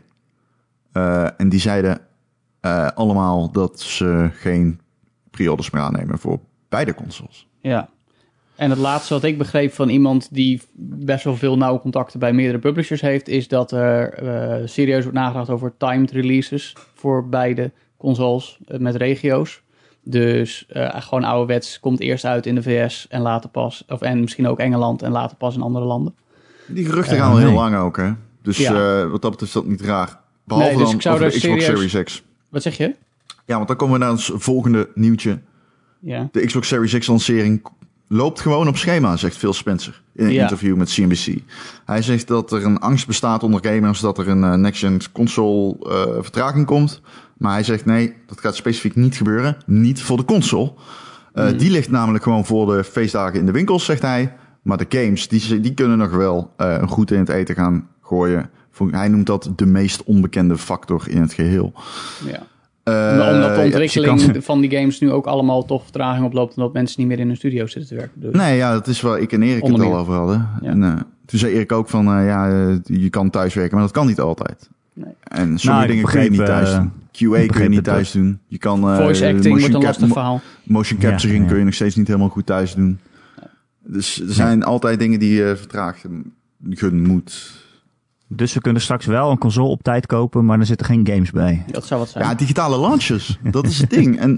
Uh, en die zeiden uh, allemaal dat ze geen pre-orders meer aannemen voor beide consoles. Ja. En het laatste wat ik begreep van iemand die best wel veel nauwe contacten bij meerdere publishers heeft, is dat er uh, serieus wordt nagedacht over timed releases voor beide consoles uh, met regio's. Dus uh, gewoon ouderwets komt eerst uit in de V S en later pas, of en misschien ook Engeland en later pas in andere landen. Die geruchten gaan al nee. heel lang ook, hè? Dus Ja. uh, wat dat betreft is dat niet raar. Behalve Nee, dus dan ik zou over de er Xbox serieus- Series X. Wat zeg je? Ja, want dan komen we naar ons volgende nieuwtje. Ja. De Xbox Series X lancering loopt gewoon op schema, zegt Phil Spencer in een Ja. interview met C N B C. Hij zegt dat er een angst bestaat onder gamers dat er een uh, next-gen console uh, vertraging komt. Maar hij zegt nee, dat gaat specifiek niet gebeuren. Niet voor de console. Uh, Hmm. Die ligt namelijk gewoon voor de feestdagen in de winkels, zegt hij. Maar de games, die, die kunnen nog wel uh, een goed in het eten gaan gooien. Hij noemt dat de meest onbekende factor in het geheel. Ja. Uh, Omdat de ja, ontwikkeling je kan- van die games nu ook allemaal toch vertraging oploopt, omdat mensen niet meer in hun studio zitten te werken. Dus. Nee, ja, dat is waar ik en Erik Onder het al meer. over hadden. Ja. En, uh, toen zei Erik ook van, uh, ja, uh, je kan thuiswerken, maar dat kan niet altijd. Nee. En sommige Nou, ik dingen kun je begreep, niet thuis uh, doen. Q A kun begreep je niet het thuis doen. Je kan uh, Voice acting wordt motion een cap- lastig mo- verhaal. Motion Ja, capturing ja. kun je nog steeds niet helemaal goed thuis doen. Dus er zijn altijd dingen die je uh, vertraagd moet. Dus we kunnen straks wel een console op tijd kopen, maar er zitten geen games bij. Dat zou wat zijn. Ja, digitale launches. Dat is het ding. En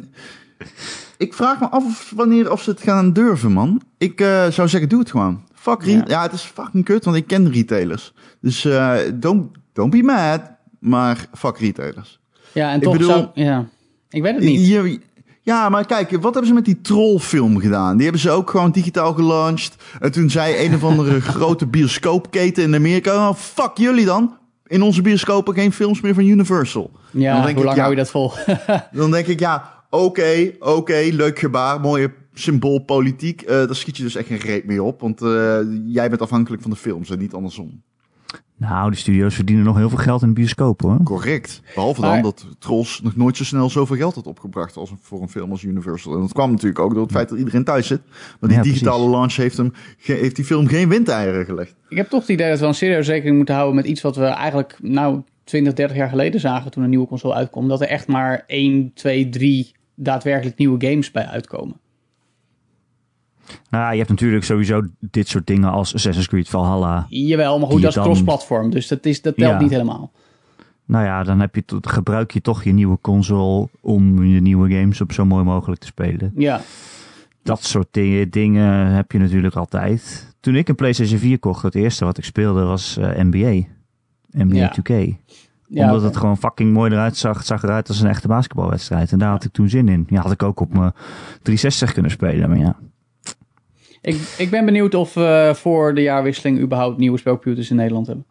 ik vraag me af wanneer of ze het gaan durven, man. Ik uh, zou zeggen, doe het gewoon. Fuck re- Ja. ja. het is fucking kut, want ik ken retailers. Dus uh, don't, don't be mad, maar fuck retailers. Ja, en Ik toch bedoel- zou... Ja. Ik weet het niet. Je- ja, maar kijk, wat hebben ze met die trollfilm gedaan? Die hebben ze ook gewoon digitaal gelaunched. En toen zei een of andere grote bioscoopketen in Amerika, oh, fuck jullie dan. In onze bioscopen geen films meer van Universal. Dan Ja, denk hoe ik, lang ja, hou je dat vol? Dan denk ik, ja, oké, okay, oké, okay, leuk gebaar, mooie symboolpolitiek. Uh, daar schiet je dus echt geen reet mee op, want uh, jij bent afhankelijk van de films en niet andersom. Nou, die studio's verdienen nog heel veel geld in de bioscoop, hoor. Correct. Behalve Maar- dan dat Trolls nog nooit zo snel zoveel geld had opgebracht als een, voor een film als Universal. En dat kwam natuurlijk ook door het feit dat iedereen thuis zit. Maar die Ja, digitale precies. launch heeft, hem, ge- heeft die film geen windeieren gelegd. Ik heb toch het idee dat we een serieus rekening moeten houden met iets wat we eigenlijk nou twintig, dertig jaar geleden zagen toen een nieuwe console uitkwam. Dat er echt maar één, twee, drie daadwerkelijk nieuwe games bij uitkomen. Nou ja, je hebt natuurlijk sowieso dit soort dingen als Assassin's Creed Valhalla. Jawel, maar goed, dat is dan... cross-platform. Dus dat, is, dat telt ja. niet helemaal. Nou ja, dan heb je to- gebruik je toch je nieuwe console om je nieuwe games op zo mooi mogelijk te spelen. Ja. Dat soort dingen, dingen heb je natuurlijk altijd. Toen ik een PlayStation vier kocht, het eerste wat ik speelde was uh, N B A. N B A ja. twee K. Ja, Omdat okay. het gewoon fucking mooi eruit zag. Het zag eruit als een echte basketbalwedstrijd. En daar had ik toen zin in. Ja, had ik ook op mijn driehonderdzestig kunnen spelen, maar ja. Ik, ik ben benieuwd of we voor de jaarwisseling überhaupt nieuwe spelcomputers in Nederland hebben.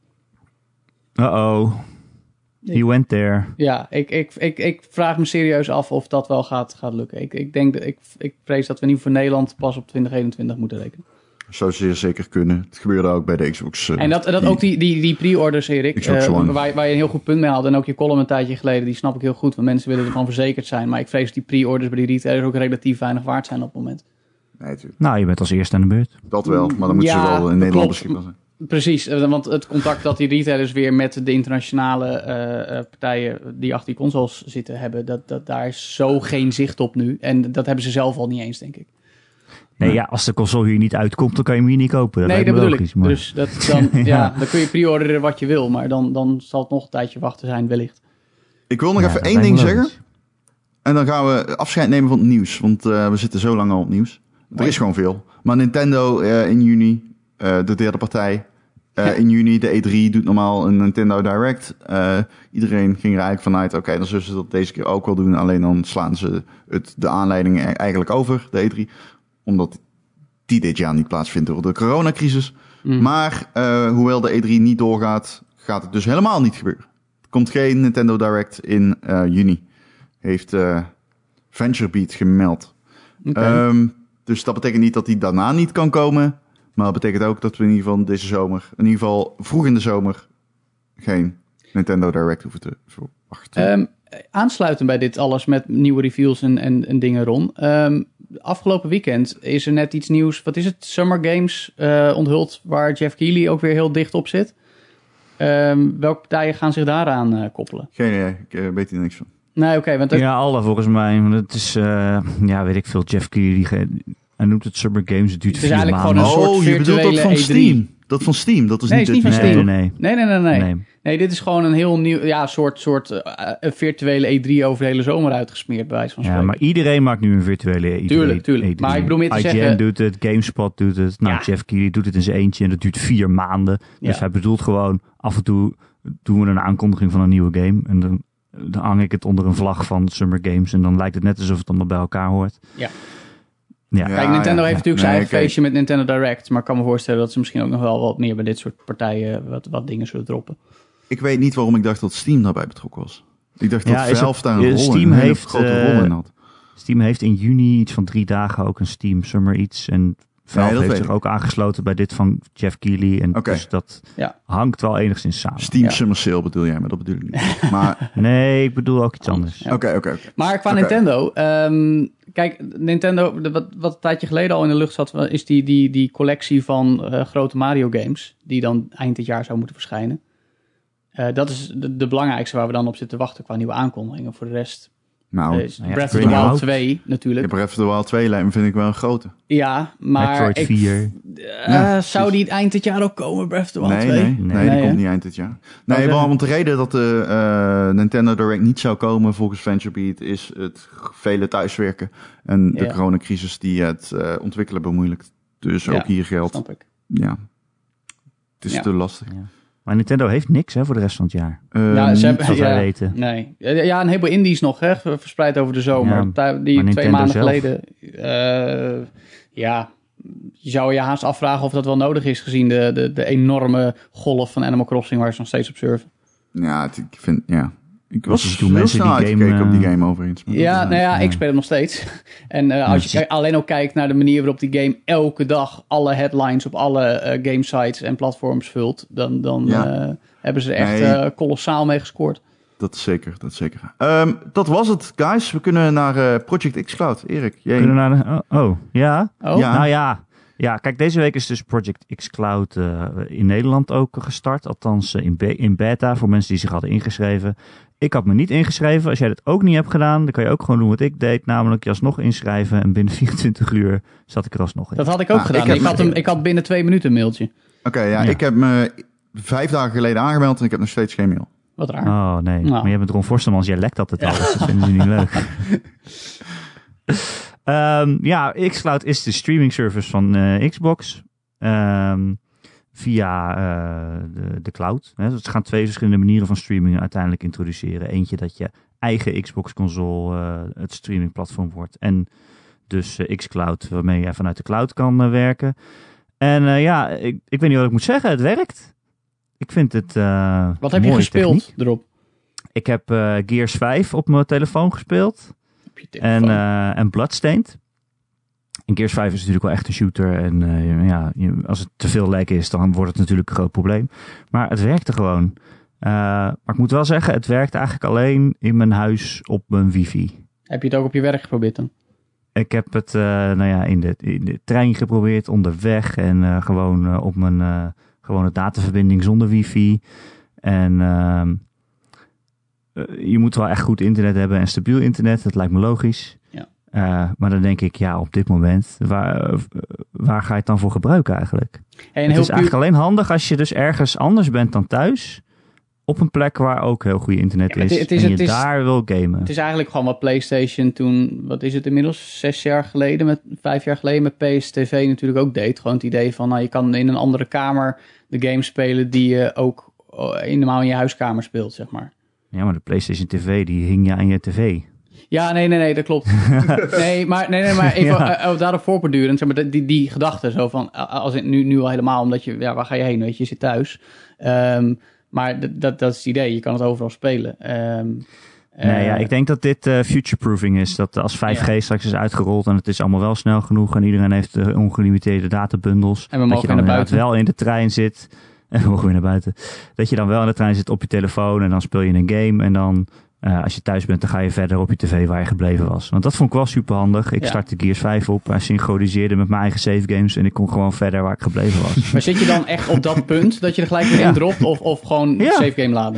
Uh-oh. You went there. Ja, ik, ik, ik, ik vraag me serieus af of dat wel gaat, gaat lukken. Ik, ik denk dat ik, ik vrees dat we niet voor Nederland pas op twintig eenentwintig moeten rekenen. Zou zeer zeker kunnen. Het gebeurde ook bij de Xbox. Uh, en dat, dat die, ook die, die, die pre-orders, Erik, uh, waar, waar je een heel goed punt mee had. En ook je column een tijdje geleden, die snap ik heel goed. Want mensen willen ervan verzekerd zijn. Maar ik vrees dat die pre-orders bij die retailers ook relatief weinig waard zijn op het moment. Nee, natuurlijk. Nou, je bent als eerste aan de beurt. Dat wel, maar dan moeten ja, ze wel in Nederland beschikbaar zijn. Precies, want het contact dat die retailers weer met de internationale uh, partijen die achter die consoles zitten hebben, dat, dat, daar is zo geen zicht op nu. En dat hebben ze zelf al niet eens, denk ik. Nee, ja, als de console hier niet uitkomt, dan kan je hem hier niet kopen. Dat nee, dat bedoel logisch, ik. Maar... Dus dat, dan, ja. ja, dan kun je pre-orderen wat je wil, maar dan, dan zal het nog een tijdje wachten zijn, wellicht. Ik wil nog ja, even één ding zeggen. En dan gaan we afscheid nemen van het nieuws, want uh, we zitten zo lang al op nieuws. Er Mooi. is gewoon veel. Maar Nintendo uh, in juni, uh, de derde partij. Uh, ja. In juni, de E drie doet normaal een Nintendo Direct. Uh, iedereen ging er eigenlijk vanuit, oké, okay, dan zullen ze dat deze keer ook wel doen. Alleen dan slaan ze het, de aanleiding eigenlijk over, de E drie. Omdat die dit jaar niet plaatsvindt door de coronacrisis. Mm. Maar uh, hoewel de E drie niet doorgaat, gaat het dus helemaal niet gebeuren. Er komt geen Nintendo Direct in uh, juni. Heeft uh, VentureBeat gemeld. Okay. Um, dus dat betekent niet dat hij daarna niet kan komen. Maar dat betekent ook dat we in ieder geval deze zomer, in ieder geval vroeg in de zomer, geen Nintendo Direct hoeven te verwachten. Um, aansluitend bij dit alles met nieuwe reveals en, en, en dingen, Ron. Um, afgelopen weekend is er net iets nieuws. Wat is het? Summer Games uh, onthuld, waar Jeff Keighley ook weer heel dicht op zit. Um, welke partijen gaan zich daaraan uh, koppelen? Geen idee, ik uh, weet hier niks van. Nee, oké. Okay, want er... Ja, alle volgens mij. Het is, uh, ja, weet ik veel, Jeff Keighley. Hij noemt het Summer Games, het duurt het is vier eigenlijk maanden. gewoon een soort oh, je bedoelt dat van E drie. Steam? Dat van Steam, dat is nee, niet... is niet van nee, Steam. Nee, nee, nee, nee. nee. nee. Nee, dit is gewoon een heel nieuw, ja, soort, soort uh, een virtuele E drie over de hele zomer uitgesmeerd, bij wijze van spreken. Ja, maar iedereen maakt nu een virtuele E drie. Tuurlijk, tuurlijk. E drie. Maar ik bedoel meer te I G N zeggen... doet het, GameSpot doet het. Nou, ja. Jeff Keighley doet het in zijn eentje en dat duurt vier maanden. Dus ja. hij bedoelt gewoon, af en toe doen we een aankondiging van een nieuwe game. En dan, dan hang ik het onder een vlag van Summer Games. En dan lijkt het net alsof het allemaal bij elkaar hoort. Ja. Ja. Kijk, Nintendo ja, heeft ja. natuurlijk nee, zijn eigen okay. feestje met Nintendo Direct. Maar ik kan me voorstellen dat ze misschien ook nog wel wat meer bij dit soort partijen wat, wat dingen zullen droppen. Ik weet niet waarom ik dacht dat Steam daarbij betrokken was. Ik dacht ja, dat Valve daar een, rol Steam in, een heeft, grote uh, rol in had. Steam heeft in juni iets van drie dagen ook een Steam Summer iets. En Valve nee, heeft zich ik. ook aangesloten bij dit van Jeff Keighley. En okay. Dus dat ja. hangt wel enigszins samen. Steam ja. Summer Sale bedoel jij, maar dat bedoel ik niet. Maar... nee, ik bedoel ook iets anders. Oké, oké. Okay, okay. Maar qua okay. Nintendo... Um, kijk, Nintendo, wat, wat een tijdje geleden al in de lucht zat... is die, die, die collectie van uh, grote Mario games... die dan eind dit jaar zou moeten verschijnen. Uh, dat is de, de belangrijkste waar we dan op zitten te wachten... qua nieuwe aankondigingen. Voor de rest... Nou, uh, nou ja, Breath of the Wild twee natuurlijk. Ja, Breath of the Wild twee lijkt me vind ik wel een grote. Ja, maar... Metroid ik, vier. Uh, ja, zou die eind dit jaar ook komen, Breath of the Wild nee, twee? Nee, nee, nee, die komt niet eind dit jaar. Nee, oh, want de reden dat de uh, Nintendo Direct niet zou komen volgens VentureBeat... is het vele thuiswerken en de ja. coronacrisis die het uh, ontwikkelen bemoeilijkt. Dus ook ja, hier geldt... snap ik. Ja, het is ja. te lastig. Ja. Maar Nintendo heeft niks hè, voor de rest van het jaar. Uh, ja, ze hebben, wat wij ja, weten. Nee. Ja, een heleboel indies nog, hè, verspreid over de zomer. Ja, die twee Nintendo maanden zelf. geleden. Uh, ja, je zou je haast afvragen of dat wel nodig is... gezien de, de, de enorme golf van Animal Crossing... waar ze nog steeds op surfen. Ja, het, ik vind... Ja. Ik was dus heel mensen snel die uitgekeken game, op die game overigens. Ja, nou ja, ja, ik speel hem nog steeds. En uh, als je alleen ook kijkt naar de manier waarop die game elke dag alle headlines op alle uh, game sites en platforms vult, dan, dan ja. uh, hebben ze er echt nee. uh, kolossaal mee gescoord. Dat is zeker, dat is zeker. Um, dat was het, guys. We kunnen naar uh, Project xCloud. Erik, we kunnen naar de, oh, oh, ja? Oh? ja? Nou ja, Ja, kijk, deze week is dus Project xCloud uh, in Nederland ook gestart. Althans uh, in, be- in beta voor mensen die zich hadden ingeschreven. Ik had me niet ingeschreven. Als jij dat ook niet hebt gedaan, dan kan je ook gewoon doen wat ik deed. Namelijk je alsnog inschrijven en binnen vierentwintig uur zat ik er alsnog in. Dat had ik ook ah, gedaan. Ik, heb... ik, had hem, ik had binnen twee minuten een mailtje. Oké, okay, ja, ja. Ik heb me vijf dagen geleden aangemeld en ik heb nog steeds geen mail. Wat raar. Oh nee, nou. maar jij bent Ron Forstemans, jij lekt altijd alles. Dat vinden ze niet leuk. um, ja, xCloud is de streaming service van uh, Xbox. Um, via uh, de, de cloud. Hè. Dus ze gaan twee verschillende manieren van streaming uiteindelijk introduceren. Eentje dat je eigen Xbox console uh, het streamingplatform wordt. En dus uh, xCloud, waarmee je vanuit de cloud kan uh, werken. En uh, ja, ik, ik weet niet wat ik moet zeggen. Het werkt. Ik vind het uh, Wat heb je gespeeld techniek. erop? Ik heb uh, Gears vijf op mijn telefoon gespeeld. Op je telefoon. En, uh, en Bloodstained. En Gears vijf is natuurlijk wel echt een shooter. En uh, ja, je, als het te veel lijken is, dan wordt het natuurlijk een groot probleem. Maar het werkte gewoon. Uh, maar ik moet wel zeggen, het werkt eigenlijk alleen in mijn huis op mijn wifi. Heb je het ook op je werk geprobeerd dan? Ik heb het uh, nou ja, in, de, in de trein geprobeerd, onderweg. En uh, gewoon uh, op mijn uh, gewone dataverbinding zonder wifi. En uh, uh, je moet wel echt goed internet hebben en stabiel internet. Dat lijkt me logisch. Ja. Uh, maar dan denk ik, ja, op dit moment, waar, uh, waar ga je het dan voor gebruiken eigenlijk? Hey, het heel is eigenlijk alleen handig als je dus ergens anders bent dan thuis. Op een plek waar ook heel goed internet ja, is, het is. En je Het is, daar wil gamen. Het is eigenlijk gewoon wat PlayStation toen, wat is het inmiddels, zes jaar geleden, met, vijf jaar geleden met P S T V natuurlijk ook deed. Gewoon het idee van, nou, je kan in een andere kamer de games spelen die je ook in, normaal in je huiskamer speelt, zeg maar. Ja, maar de PlayStation T V, die hing je aan je tv. Ja, nee, nee, nee, dat klopt. nee, maar, nee, nee, maar even ja. uh, daarop voortbordurend, zeg maar, die, die gedachte zo van, als het nu, nu al helemaal, omdat je, ja, waar ga je heen, weet je, je zit thuis. Um, maar d- dat, dat is het idee, je kan het overal spelen. Um, nee, uh, ja, ik denk dat dit uh, future-proofing is, dat als vijf G ja. straks is uitgerold en het is allemaal wel snel genoeg en iedereen heeft uh, ongelimiteerde databundels, en we mogen dat je dan naar buiten. wel in de trein zit, en we mogen weer naar buiten, dat je dan wel in de trein zit op je telefoon en dan speel je een game en dan... Uh, als je thuis bent, dan ga je verder op je tv waar je gebleven was. Want dat vond ik wel super handig. Ik ja. startte Gears vijf op. Hij synchroniseerde met mijn eigen save games. En ik kon gewoon verder waar ik gebleven was. Maar zit je dan echt op dat punt dat je er gelijk weer ja. in dropt? Of, of gewoon ja. save game laden?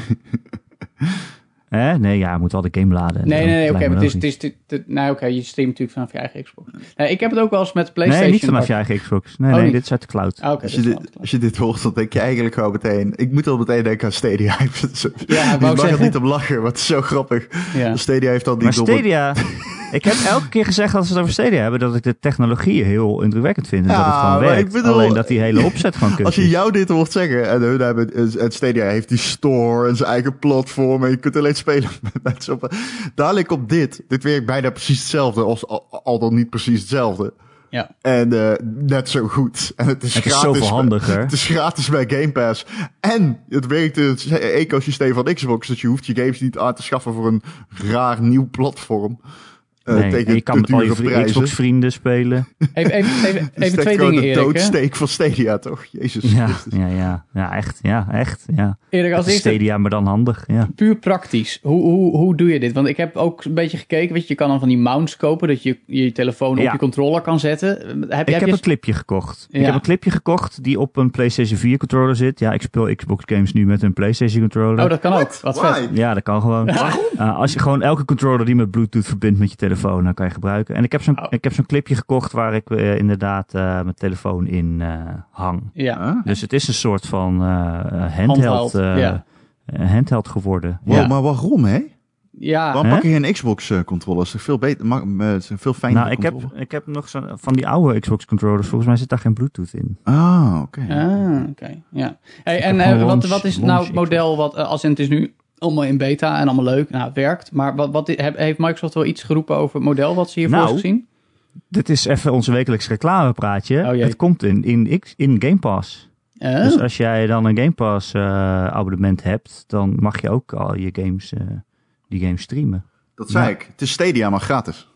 Eh? Nee, ja, je moet wel de game laden. Nee, nee, nee, oké. Okay, het is, het is, het is, nou, oké, okay, je streamt natuurlijk vanaf je eigen Xbox. Nee, ik heb het ook wel eens met de PlayStation. Nee, niet vanaf je eigen Xbox. Nee, oh, nee, niet. Dit is uit de cloud. Ah, okay, als, je dit, als je dit hoort, dan denk je eigenlijk gewoon meteen... Ik moet al meteen denken aan Stadia. Ja, ik mag er niet om lachen, maar het is zo grappig. Ja. Stadia heeft al die maar Stadia... Ik heb elke keer gezegd als we het over Stadia hebben... dat ik de technologie heel indrukwekkend vind. En ja, dat het gewoon werkt. Bedoel, alleen dat die hele opzet gewoon kut is. Als je jou dit hoort zeggen... en hun hebben, en Stadia heeft die store en zijn eigen platform... en je kunt alleen spelen met mensen op... Dadelijk op dit. Dit werkt bijna precies hetzelfde... als al, al dan niet precies hetzelfde. Ja. En uh, net zo goed. En het is, het gratis is zoveel handiger. Bij, het is gratis bij Game Pass. En het werkt in het ecosysteem van Xbox... dus je hoeft je games niet aan te schaffen... voor een raar nieuw platform... Uh, nee, tegen je kan met al je Xbox-vrienden spelen. Even, even, even, even twee dingen, Erik. De doodsteek van Stadia, toch? Jezus ja, Christus. Ja, ja, ja, echt. Ja, echt. Ja. Erik, als eerste, Stadia, maar dan handig. Ja. Puur praktisch. Hoe, hoe, hoe doe je dit? Want ik heb ook een beetje gekeken. Weet je, je kan dan van die mounts kopen... dat je je telefoon op ja. je controller kan zetten. Heb, ik heb heb je... een clipje gekocht. Ja. Ik heb een clipje gekocht die op een PlayStation vier controller zit. Ja, ik speel Xbox games nu met een PlayStation controller. Oh, dat kan ook. Wat Why? vet. Ja, dat kan gewoon. Waarom? Uh, als je gewoon elke controller die met Bluetooth verbindt met je telefoon... dan kan je gebruiken. En ik heb zo'n, oh. ik heb zo'n clipje gekocht waar ik uh, inderdaad uh, mijn telefoon in uh, hang. Ja. Ah. Dus het is een soort van uh, handheld, uh, ja. uh, handheld geworden. Wow, ja. Maar waarom, hè? Ja. Waarom pak je geen Xbox-controller? Dat is toch veel beter, mag, uh, veel fijner Nou, ik heb, ik heb nog zo van die oude Xbox-controllers. Volgens mij zit daar geen Bluetooth in. Ah, oké. Okay. Ah, oké. Okay. Ja. Hey, en uh, wat, wat is nou het model wat, uh, als in het is nu... allemaal in beta en allemaal leuk. Nou, het werkt. Maar wat, wat heeft Microsoft wel iets geroepen over het model wat ze hiervoor nou, heeft gezien? Dit is even onze wekelijks reclamepraatje. Oh, het komt in, in, in Game Pass. Oh. Dus als jij dan een Game Pass uh, abonnement hebt, dan mag je ook al je games, uh, die games streamen. Dat zei ja. ik. Het is Stadia, maar gratis.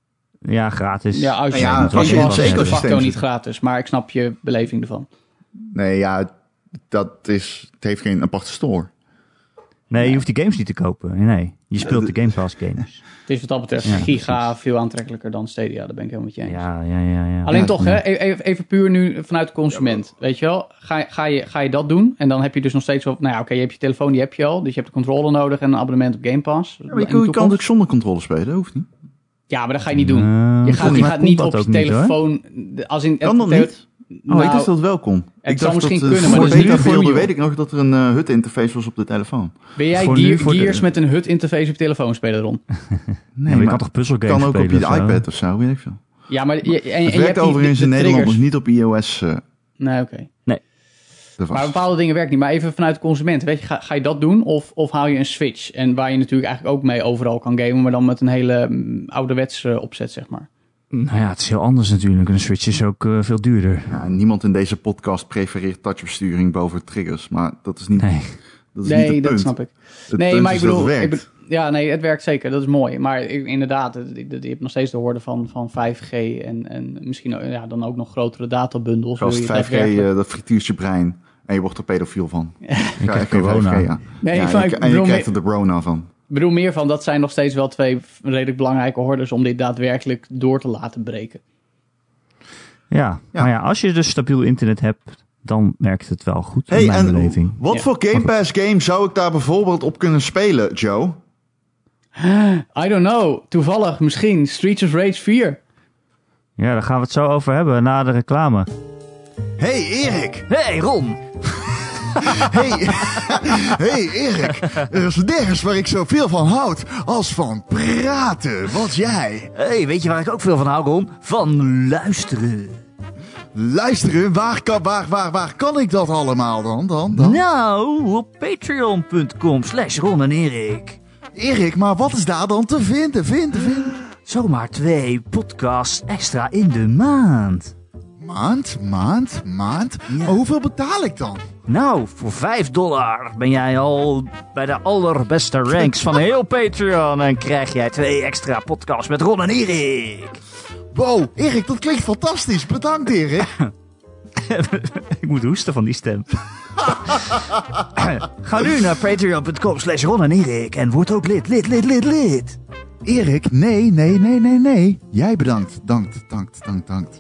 Ja, gratis. Ja, als je, ja, als als je, je als je in het de facto ecosysteem niet gratis. Maar ik snap je beleving ervan. Nee, ja, dat is, het heeft geen aparte store. Nee, je hoeft die games niet te kopen. Nee, je speelt de Game Pass games. Het is wat dat betreft Ja, giga precies. veel aantrekkelijker dan Stadia. Daar ben ik helemaal met je eens. Ja, ja, ja. ja. Alleen Ja, toch, ja. hè, even, even puur nu vanuit de consument. Weet je wel, ga, ga, je, ga je dat doen? En dan heb je dus nog steeds wel... Nou ja, oké, okay, je hebt je telefoon, die heb je al. Dus je hebt de controller nodig en een abonnement op Game Pass. Ja, maar je, je kan het ook zonder controle spelen, dat hoeft niet. Ja, maar dat ga je niet doen. Uh, je gaat, je mij gaat komt niet dat op je ook niet, hoor. telefoon... als in, Kan dat tele- niet? Oh, Nou, ik dacht dat het wel kon. Ik zou dacht misschien dat, kunnen, uh, maar voor dat is nu beta voor beelden nu. weet ik nog dat er een uh, H U D-interface was op de telefoon. Ben jij Voor nu, Gear, voor de- Gears met een H U D-interface op je telefoon spelen, Ron? Nee, Ja, maar je kan toch puzzelgames kan ook spelen op je of zo? iPad of zo, weet ik veel. Ja, maar... Je, en, en Het je werkt hebt die- overigens de- in de Nederland nog triggers. niet op iOS uh, Nee, oké. device. Maar bepaalde dingen werken niet. Maar even vanuit de consument. Weet je, ga, ga je dat doen? Of, of haal je een Switch? En waar je natuurlijk eigenlijk ook mee overal kan gamen. Maar dan met een hele mm, ouderwetse opzet, zeg maar. Nou ja, het is heel anders natuurlijk. Een Switch is ook uh, veel duurder. Ja, niemand in deze podcast prefereert touchbesturing boven triggers. Maar dat is niet, Nee. dat is Nee, niet het dat punt. snap ik. Het nee, punt maar is ik bedoel... dat het ik werkt. be- ja, nee, het werkt zeker. Dat is mooi. Maar ik- inderdaad, het- je hebt nog steeds de hoorde van, van vijf G. En, en misschien ook- ja, dan ook nog grotere databundels. Zoals wil je vijf G, daadwerkelijk- uh, dat frituurt je brein. En je wordt er pedofiel van. Je Ja, krijgt geen corona. vijf G, ja. Nee, ja, van- en ik je, en je bedoel krijgt meer- er de Brona van. Ik bedoel meer van, dat zijn nog steeds wel twee redelijk belangrijke hordes om dit daadwerkelijk door te laten breken. Ja, Ja. maar ja, als je dus stabiel internet hebt, dan werkt het wel goed in Hey, mijn en beleving. wat Ja. voor Game Pass game zou ik daar bijvoorbeeld op kunnen spelen, Joe? I don't know. Toevallig misschien Streets of Rage vier. Ja, daar gaan we het zo over hebben na de reclame. Hey Erik! Hey Ron! Hey, hey Erik! Er is nergens waar ik zoveel van houd als van praten. Wat jij? Hey, weet je waar ik ook veel van hou, Ron? Van luisteren. Luisteren, waar kan, waar, waar, waar kan ik dat allemaal dan? dan, dan? Nou, op patreon.com slash Ron en Erik. Erik, maar wat is daar dan te vinden, vinden, vinden? Zomaar twee podcasts extra in de maand. Maand, maand, maand? Ja. Maar hoeveel betaal ik dan? Nou, voor vijf dollar ben jij al bij de allerbeste ranks van heel Patreon. En krijg jij twee extra podcasts met Ron en Erik. Wow, Erik, dat klinkt fantastisch. Bedankt, Erik. Ik moet hoesten van die stem. Ga nu naar patreon.com slash Ron en Erik en word ook lid, lid, lid, lid, lid. Erik, nee, nee, nee, nee, nee. Jij bedankt. Dankt, dankt, dankt, dankt.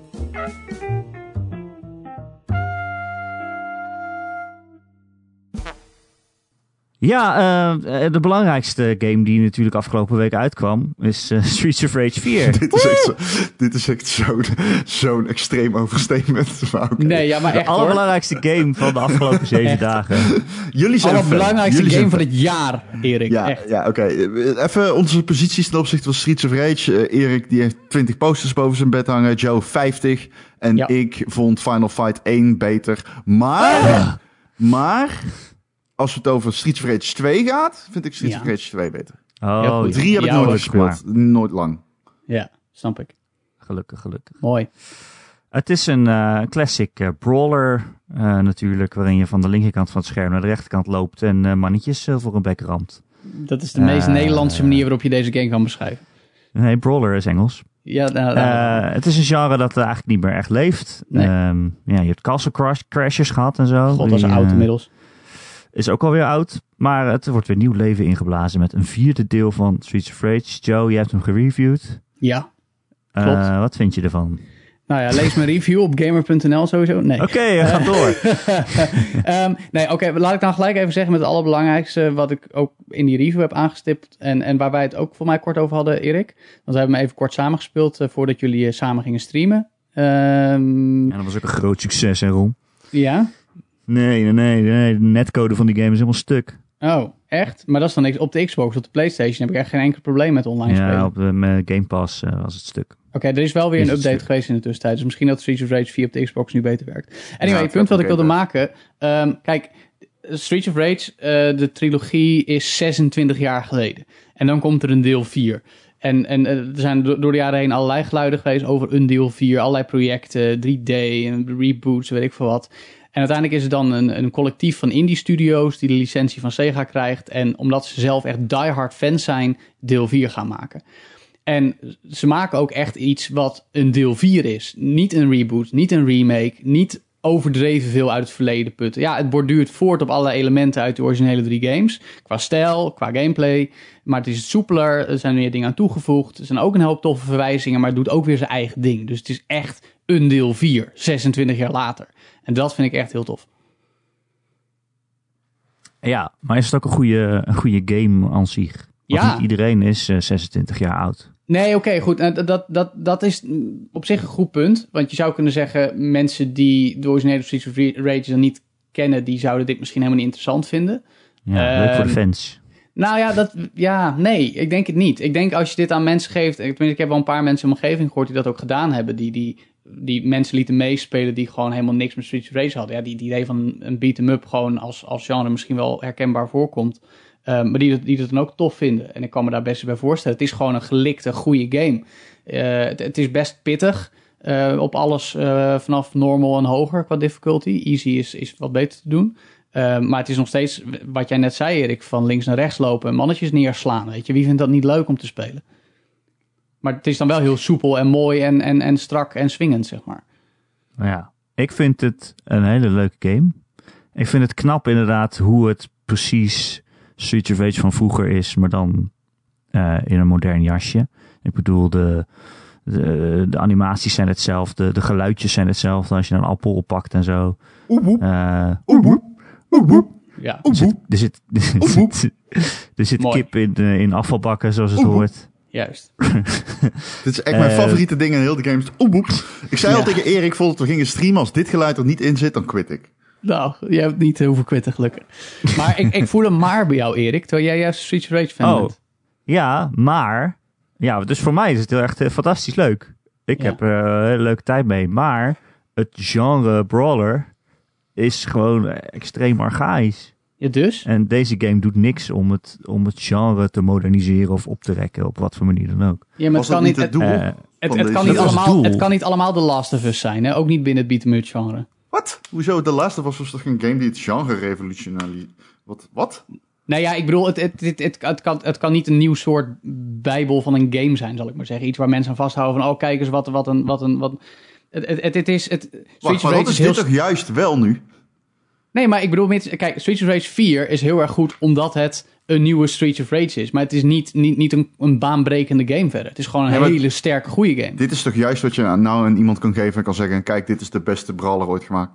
Ja, uh, de belangrijkste game die natuurlijk afgelopen week uitkwam is uh, Streets of Rage vier. Dit is echt, zo, dit is echt zo'n zo'n extreem overstatement. Maar okay. Nee, ja, maar De echt hoor. allerbelangrijkste game van de afgelopen zeven dagen. Jullie zijn De fan. belangrijkste Jullie game zijn van het jaar, Erik. Ja, Echt. ja oké. Even onze posities ten opzichte van Streets of Rage. Uh, Erik die heeft twintig posters boven zijn bed hangen. Joe vijftig. En Ja. ik vond Final Fight één beter. Maar, maar, als het over Streets of Rage twee gaat, vind ik Streets Ja. of Rage twee beter. Oh, Heel goed. drie heb ik Ja, nooit hoor. gespeeld. Nooit lang. Ja, snap ik. Gelukkig, gelukkig. Mooi. Het is een uh, classic uh, brawler uh, natuurlijk, waarin je van de linkerkant van het scherm naar de rechterkant loopt en uh, mannetjes uh, voor een bek ramt. Dat is de meest Uh, Nederlandse manier waarop je deze game kan beschrijven. Nee, brawler is Engels. Ja, nou, nou, Uh, het is een genre dat uh, eigenlijk niet meer echt leeft. Nee. Um, ja, je hebt Castle Crash, Crashers gehad en zo. God, dat is Die, oud uh, inmiddels. Is ook alweer oud, maar het wordt weer nieuw leven ingeblazen met een vierde deel van Streets of Rage. Joe, je hebt hem gereviewd. Ja. Uh, Klopt. wat vind je ervan? Nou ja, lees mijn review op gamer punt n l sowieso. Nee. Oké, okay, ga door. um, nee, oké, okay, laat ik dan gelijk even zeggen met het allerbelangrijkste wat ik ook in die review heb aangestipt en, en waar wij het ook voor mij kort over hadden, Erik. Want we hebben hem even kort samengespeeld uh, voordat jullie uh, samen gingen streamen. Um, Ja, dat was ook een groot succes, hè Ron? Ja? Nee, nee, nee, nee, de netcode van die game is helemaal stuk. Oh, echt? Maar dat is dan niks. Op de Xbox, op de PlayStation heb ik echt geen enkel probleem met online spelen. Ja, op de met Game Pass uh, was het stuk. Oké, okay, er is wel weer Is een het update stuk. geweest in de tussentijd. Dus misschien dat Streets of Rage vier op de Xbox nu beter werkt. Anyway, Ja, het punt wat ik oké, wilde best. maken. Um, kijk, Streets of Rage, uh, de trilogie is zesentwintig jaar geleden. En dan komt er een deel vier. En, en uh, er zijn do- door de jaren heen allerlei geluiden geweest over een deel vier. Allerlei projecten, drie D, en reboots, weet ik veel wat. En uiteindelijk is het dan een, een collectief van indie studio's die de licentie van Sega krijgt. En omdat ze zelf echt diehard fans zijn, deel vier gaan maken. En ze maken ook echt iets wat een deel vier is. Niet een reboot, niet een remake, niet overdreven veel uit het verleden putten. Ja, het borduurt voort op alle elementen uit de originele drie games. Qua stijl, qua gameplay. Maar het is soepeler, er zijn meer dingen aan toegevoegd. Er zijn ook een hoop toffe verwijzingen, maar het doet ook weer zijn eigen ding. Dus het is echt een deel vier, zesentwintig jaar later. En dat vind ik echt heel tof. Ja, maar is het ook een goede, een goede game aan zich? Want Ja. niet iedereen is uh, zesentwintig jaar oud. Nee, oké, okay, goed. Dat, dat, dat, dat is op zich een goed punt. Want je zou kunnen zeggen, mensen die de originele Streets of Rage dan niet kennen, die zouden dit misschien helemaal niet interessant vinden. Ja, leuk Um, voor de fans. Nou ja, dat, ja, nee, ik denk het niet. Ik denk als je dit aan mensen geeft, tenminste ik heb wel een paar mensen in mijn omgeving gehoord die dat ook gedaan hebben, die, die, die mensen lieten meespelen die gewoon helemaal niks met Streets of Rage hadden. Ja, die, die idee van een beat-em-up gewoon als, als genre misschien wel herkenbaar voorkomt. Um, maar die dat, die dat dan ook tof vinden. En ik kan me daar best bij voorstellen. Het is gewoon een gelikte, goede game. Uh, het, het is best pittig. Uh, op alles uh, vanaf normal en hoger qua difficulty. Easy is, is wat beter te doen. Uh, maar het is nog steeds, wat jij net zei Erik, van links naar rechts lopen en mannetjes neerslaan. Weet je, wie vindt dat niet leuk om te spelen? Maar het is dan wel heel soepel en mooi en, en, en strak en swingend, zeg maar. Ja, ik vind het een hele leuke game. Ik vind het knap inderdaad hoe het precies Streets of Rage van vroeger is, maar dan uh, in een modern jasje. Ik bedoel, de, de, de animaties zijn hetzelfde, de geluidjes zijn hetzelfde als je een appel oppakt en zo. Oep, oep. Uh, Oep, oep. Oep, oep. Ja. er zit, er zit, er zit, er zit Mooi. kip in, uh, in afvalbakken, zoals het Oep, oep. hoort. Juist. Dit is echt mijn Uh, favoriete ding in heel de game. Oep, oep. Ik zei Ja. al tegen Erik, voordat we gingen streamen, als dit geluid er niet in zit, dan quit ik. Nou, jij hebt niet heel veel kwitten gelukkig. Maar ik, ik voel hem maar bij jou, Erik, terwijl jij juist Streets of Rage fan Oh, bent. ja, maar... Ja, dus voor mij is het heel echt uh, fantastisch leuk. Ik Ja. heb er uh, een hele leuke tijd mee. Maar het genre brawler is gewoon uh, extreem archaïs. Ja, dus? En deze game doet niks om het, om het genre te moderniseren of op te rekken. Op wat voor manier dan ook. Ja, maar Was het dat kan niet niet, het het, doel? Uh, het, van het, deze- kan niet Dat was het allemaal, doel. het kan niet allemaal The Last of Us zijn, hè? Ook niet binnen het beat-em-up genre. Wat? Hoezo? The Last of Us was toch geen game die het genre revolutionaliseerde? Wat? Wat? Nou ja, ik bedoel, het, het, het, het, het, kan, het kan niet een nieuw soort bijbel van een game zijn, zal ik maar zeggen. Iets waar mensen aan vasthouden van, oh, kijk eens wat, wat een... Wat een wat, het, het, het, het is... Het, Wacht, Streets of maar Rage dat is heel... dit toch juist wel nu? Nee, maar ik bedoel, met, kijk, Streets of Rage vier is heel erg goed omdat het een nieuwe Streets of Rage is. Maar het is niet, niet, niet een, een baanbrekende game verder. Het is gewoon een Ja, maar- hele sterke, goede game. Dit is toch juist wat je nou aan iemand kan geven en kan zeggen, kijk, dit is de beste brawler ooit gemaakt.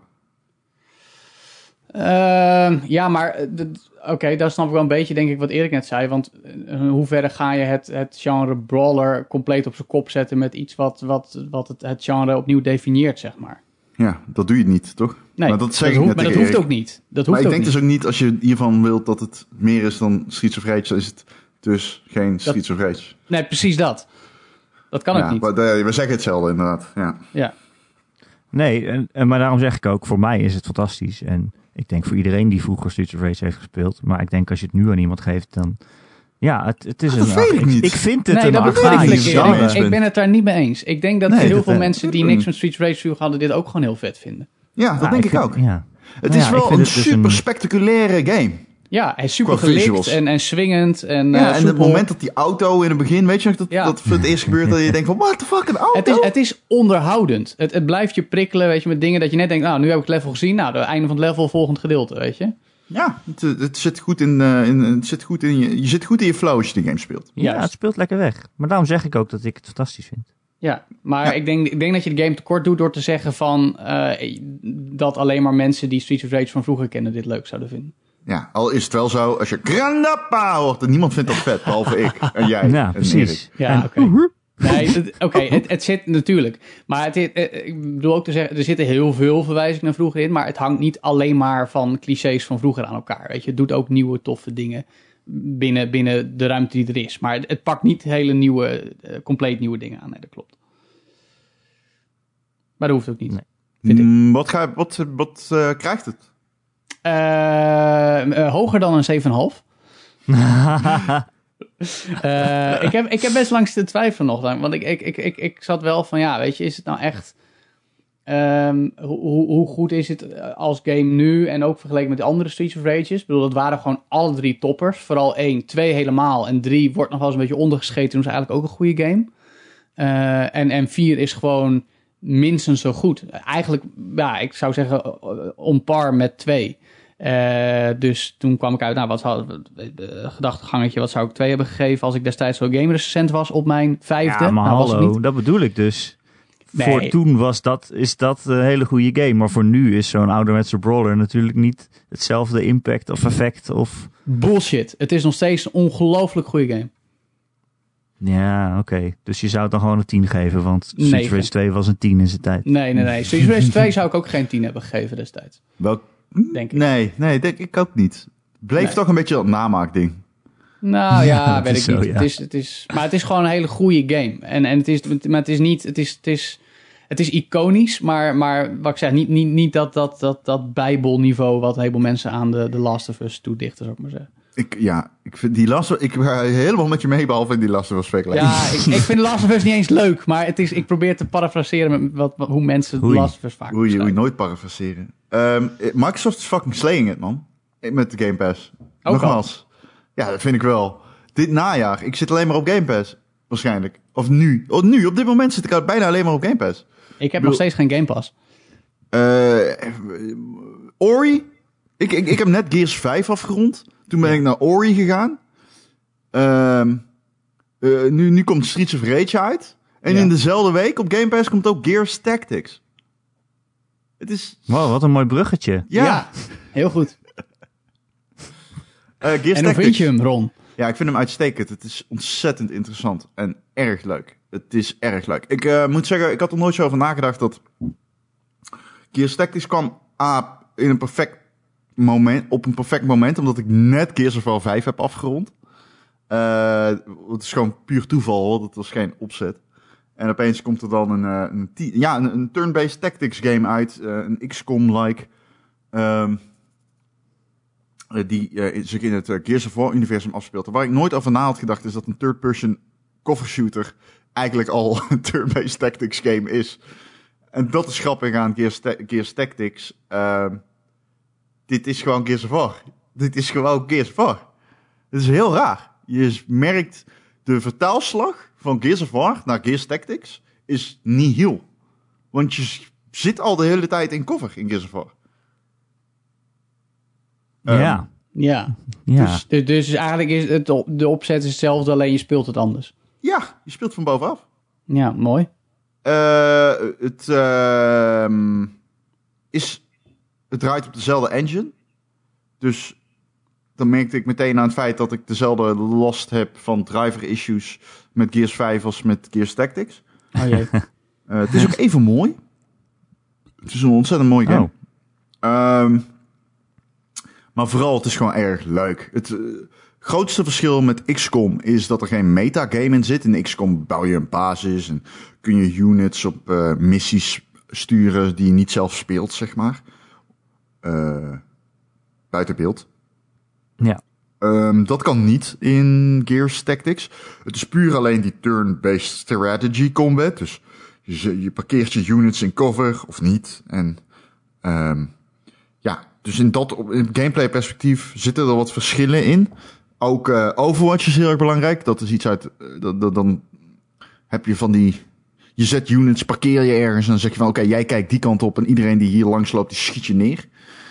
Uh, ja, maar uh, d- oké, okay, daar snap ik wel een beetje, denk ik, wat Erik net zei. Want uh, in hoeverre ga je het, het genre brawler compleet op zijn kop zetten met iets wat, wat, wat het, het genre opnieuw definieert, zeg maar. Ja, dat doe je niet, toch? Nee, maar dat zeg dat, ik hoeft, net maar dat tegen hoeft Erik. ook niet. Dat Maar hoeft ik ook denk niet. dus ook niet, als je hiervan wilt dat het meer is dan Streets of Rage, dan is het dus geen Streets of Rage. Nee, precies dat. Dat kan ja, ook niet. Maar, uh, we zeggen hetzelfde inderdaad, ja. Ja. Nee, en, en, maar daarom zeg ik ook, voor mij is het fantastisch. En ik denk voor iedereen die vroeger Streets of Rage heeft gespeeld. Maar ik denk als je het nu aan iemand geeft, dan... Ja, het, het is Dat een... weet ik niet. Ik vind het Nee, een dat begrijp ik, archaïs Erik. genre. genre. Ik ben het daar niet mee eens. Ik denk dat Nee, heel dat, veel uh, mensen die mm. niks met Streets of Rage vroeger hadden, dit ook gewoon heel vet vinden. Ja, dat Ja, denk ik, vind- ook. Ja. Het Nou is ja, ik wel vind een het dus super een- spectaculaire game. Ja, hij is super Qua gelikt visuals. en, en swingend en Ja, uh, en het soepel. moment dat die auto in het begin, weet je nog, dat, Ja. dat voor het eerst gebeurt dat je denkt van, what the fuck, een auto? Het is, het is onderhoudend. Het, het blijft je prikkelen, weet je, met dingen dat je net denkt, nou, nu heb ik het level gezien. Nou, het einde van het level, volgend gedeelte, weet je. Ja, het, het zit goed in, uh, in, het zit goed in je, je zit goed in je flow als je die game speelt. Ja, Juist. het speelt lekker weg. Maar daarom zeg ik ook dat ik het fantastisch vind. Ja, maar Ja. Ik, denk, ik denk dat je de game tekort doet door te zeggen van uh, dat alleen maar mensen die Streets of Rage van vroeger kennen dit leuk zouden vinden. Ja, al is het wel zo, als je Grandappa hoort, en niemand vindt dat vet, behalve ik en jij Ja, en precies. Erik. Ja, En- oké. Nee, het- oké, het, het zit natuurlijk. Maar het, het- het- ik bedoel ook te zeggen, er zitten heel veel verwijzingen naar vroeger in, maar het hangt niet alleen maar van clichés van vroeger aan elkaar. Weet je, het doet ook nieuwe toffe dingen binnen, binnen de ruimte die er is. Maar het, het pakt niet hele nieuwe, eh, compleet nieuwe dingen aan. Nee, dat klopt. Maar dat hoeft ook niet. Nee. Vind ik. Mm, wat ga, wat, wat uh, krijgt het? Uh, uh, hoger dan een zeven komma vijf. uh, ik, heb, ik heb best lang te twijfelen nog. Want ik, ik, ik, ik, ik zat wel van, ja, weet je, is het nou echt... Um, hoe, hoe goed is het als game nu en ook vergeleken met de andere Streets of Rages? Ik bedoel, dat waren gewoon alle drie toppers. Vooral één, twee helemaal en drie wordt nog wel eens een beetje ondergescheten. Toen is eigenlijk ook een goede game. Uh, en, en vier is gewoon minstens zo goed. Eigenlijk, ja, ik zou zeggen on par met twee. Uh, dus toen kwam ik uit, nou, wat zou het gedachtegangetje, wat zou ik twee hebben gegeven als ik destijds zo gamerecensent was op mijn vijfde? Ja, maar nou, was hallo, het niet. dat bedoel ik dus. Nee. Voor toen was dat, is dat een hele goede game. Maar voor nu is zo'n ouderwetse brawler natuurlijk niet hetzelfde impact of effect. Of... Bullshit. Het is nog steeds een ongelooflijk goede game. Ja, oké. Okay. Dus je zou het dan gewoon een tien geven, want Street Negen. Race twee was een tien in zijn tijd. Nee, nee, nee. Street Race twee zou ik ook geen tien hebben gegeven destijds. Welk? Denk ik. Nee, nee, denk ik ook niet. Bleef Nee. toch een beetje dat namaakding. Nou ja, Ja, dat weet is ik zo, niet. ja. Het is, het is, maar het is gewoon een hele goede game. En, en het is, maar het is niet, het is, het is, het is iconisch, maar, maar wat ik zeg, niet, niet, niet dat, dat, dat, dat bijbelniveau wat een heleboel mensen aan de, de Last of Us toedichten, zou ik maar zeggen. Ik, ja, ik vind die Last of, ik ga helemaal met je mee, behalve in die Last of Us speculatie. Ja, ik, ik vind The Last of Us niet eens leuk, maar het is, ik probeer te parafraseren met wat, wat, hoe mensen The Oei. Last of Us vaak Hoe je, hoe je beschrijven. nooit parafraseren. Um, Microsoft is fucking slaying it, man. Met de Game Pass. Ook Nogmaals. Ja, dat vind ik wel. Dit najaar, ik zit alleen maar op Game Pass. Waarschijnlijk. Of nu. Oh, nu, op dit moment zit ik bijna alleen maar op Game Pass. Ik heb bedoel- nog steeds geen Game Pass. Uh, Ori. Ik, ik, ik heb net Gears vijf afgerond. Toen ben ik naar Ori gegaan. Um, uh, nu, nu komt Streets of Rage uit. En Ja. in dezelfde week op Game Pass komt ook Gears Tactics. Het is... Wow, wat een mooi bruggetje. Ja. Heel goed. Uh, Gears En hoe Tactics. vind je hem, Ron? Ja, ik vind hem uitstekend. Het is ontzettend interessant en erg leuk. Het is erg leuk. Ik uh, moet zeggen, ik had er nooit zo over nagedacht dat Gears Tactics kwam A, in een perfect moment, op een perfect moment, omdat ik net Gears of War vijf heb afgerond. Uh, het is gewoon puur toeval, hoor. Dat was geen opzet. En opeens komt er dan een, uh, een, t- ja, een, een turn-based tactics game uit, uh, een X COM-like. Um, die uh, zich in het uh, Gears of War-universum afspeelt. Waar ik nooit over na had gedacht is dat een third-person cover shooter eigenlijk al een turn-based tactics game is. En dat is grappig aan Gears, ta- Gears Tactics. Uh, dit is gewoon Gears of War. Dit is gewoon Gears of War. Het is heel raar. Je merkt de vertaalslag van Gears of War naar Gears Tactics is nihil. Want je zit al de hele tijd in cover in Gears of War. Um, Ja. Ja. Ja. Dus- Dus, dus eigenlijk is het, op- de opzet is hetzelfde, alleen je speelt het anders. Ja, je speelt van bovenaf. Ja, mooi. Uh, het uh, is... Het draait op dezelfde engine. Dus dan merkte ik meteen aan het feit dat ik dezelfde last heb van driver issues met Gears vijf als met Gears Tactics. Oh jee. Uh, het is ook even mooi. Het is een ontzettend mooi game. Oh. Um, maar vooral, het is gewoon erg leuk. Het uh, grootste verschil met X COM is dat er geen metagame in zit. In X COM bouw je een basis en kun je units op uh, missies sturen die je niet zelf speelt, zeg maar. Uh, buiten beeld. Ja. Um, dat kan niet in Gears Tactics. Het is puur alleen die turn-based strategy combat. Dus je, je parkeert je units in cover of niet. En um, ja, dus in dat op, in gameplay perspectief zitten er wat verschillen in. Ook uh, Overwatch is heel erg belangrijk. Dat is iets uit... Uh, dat, dat, dan heb je van die... Je zet units, parkeer je ergens en dan zeg je van... Oké, okay, jij kijkt die kant op en iedereen die hier langs loopt, die schiet je neer.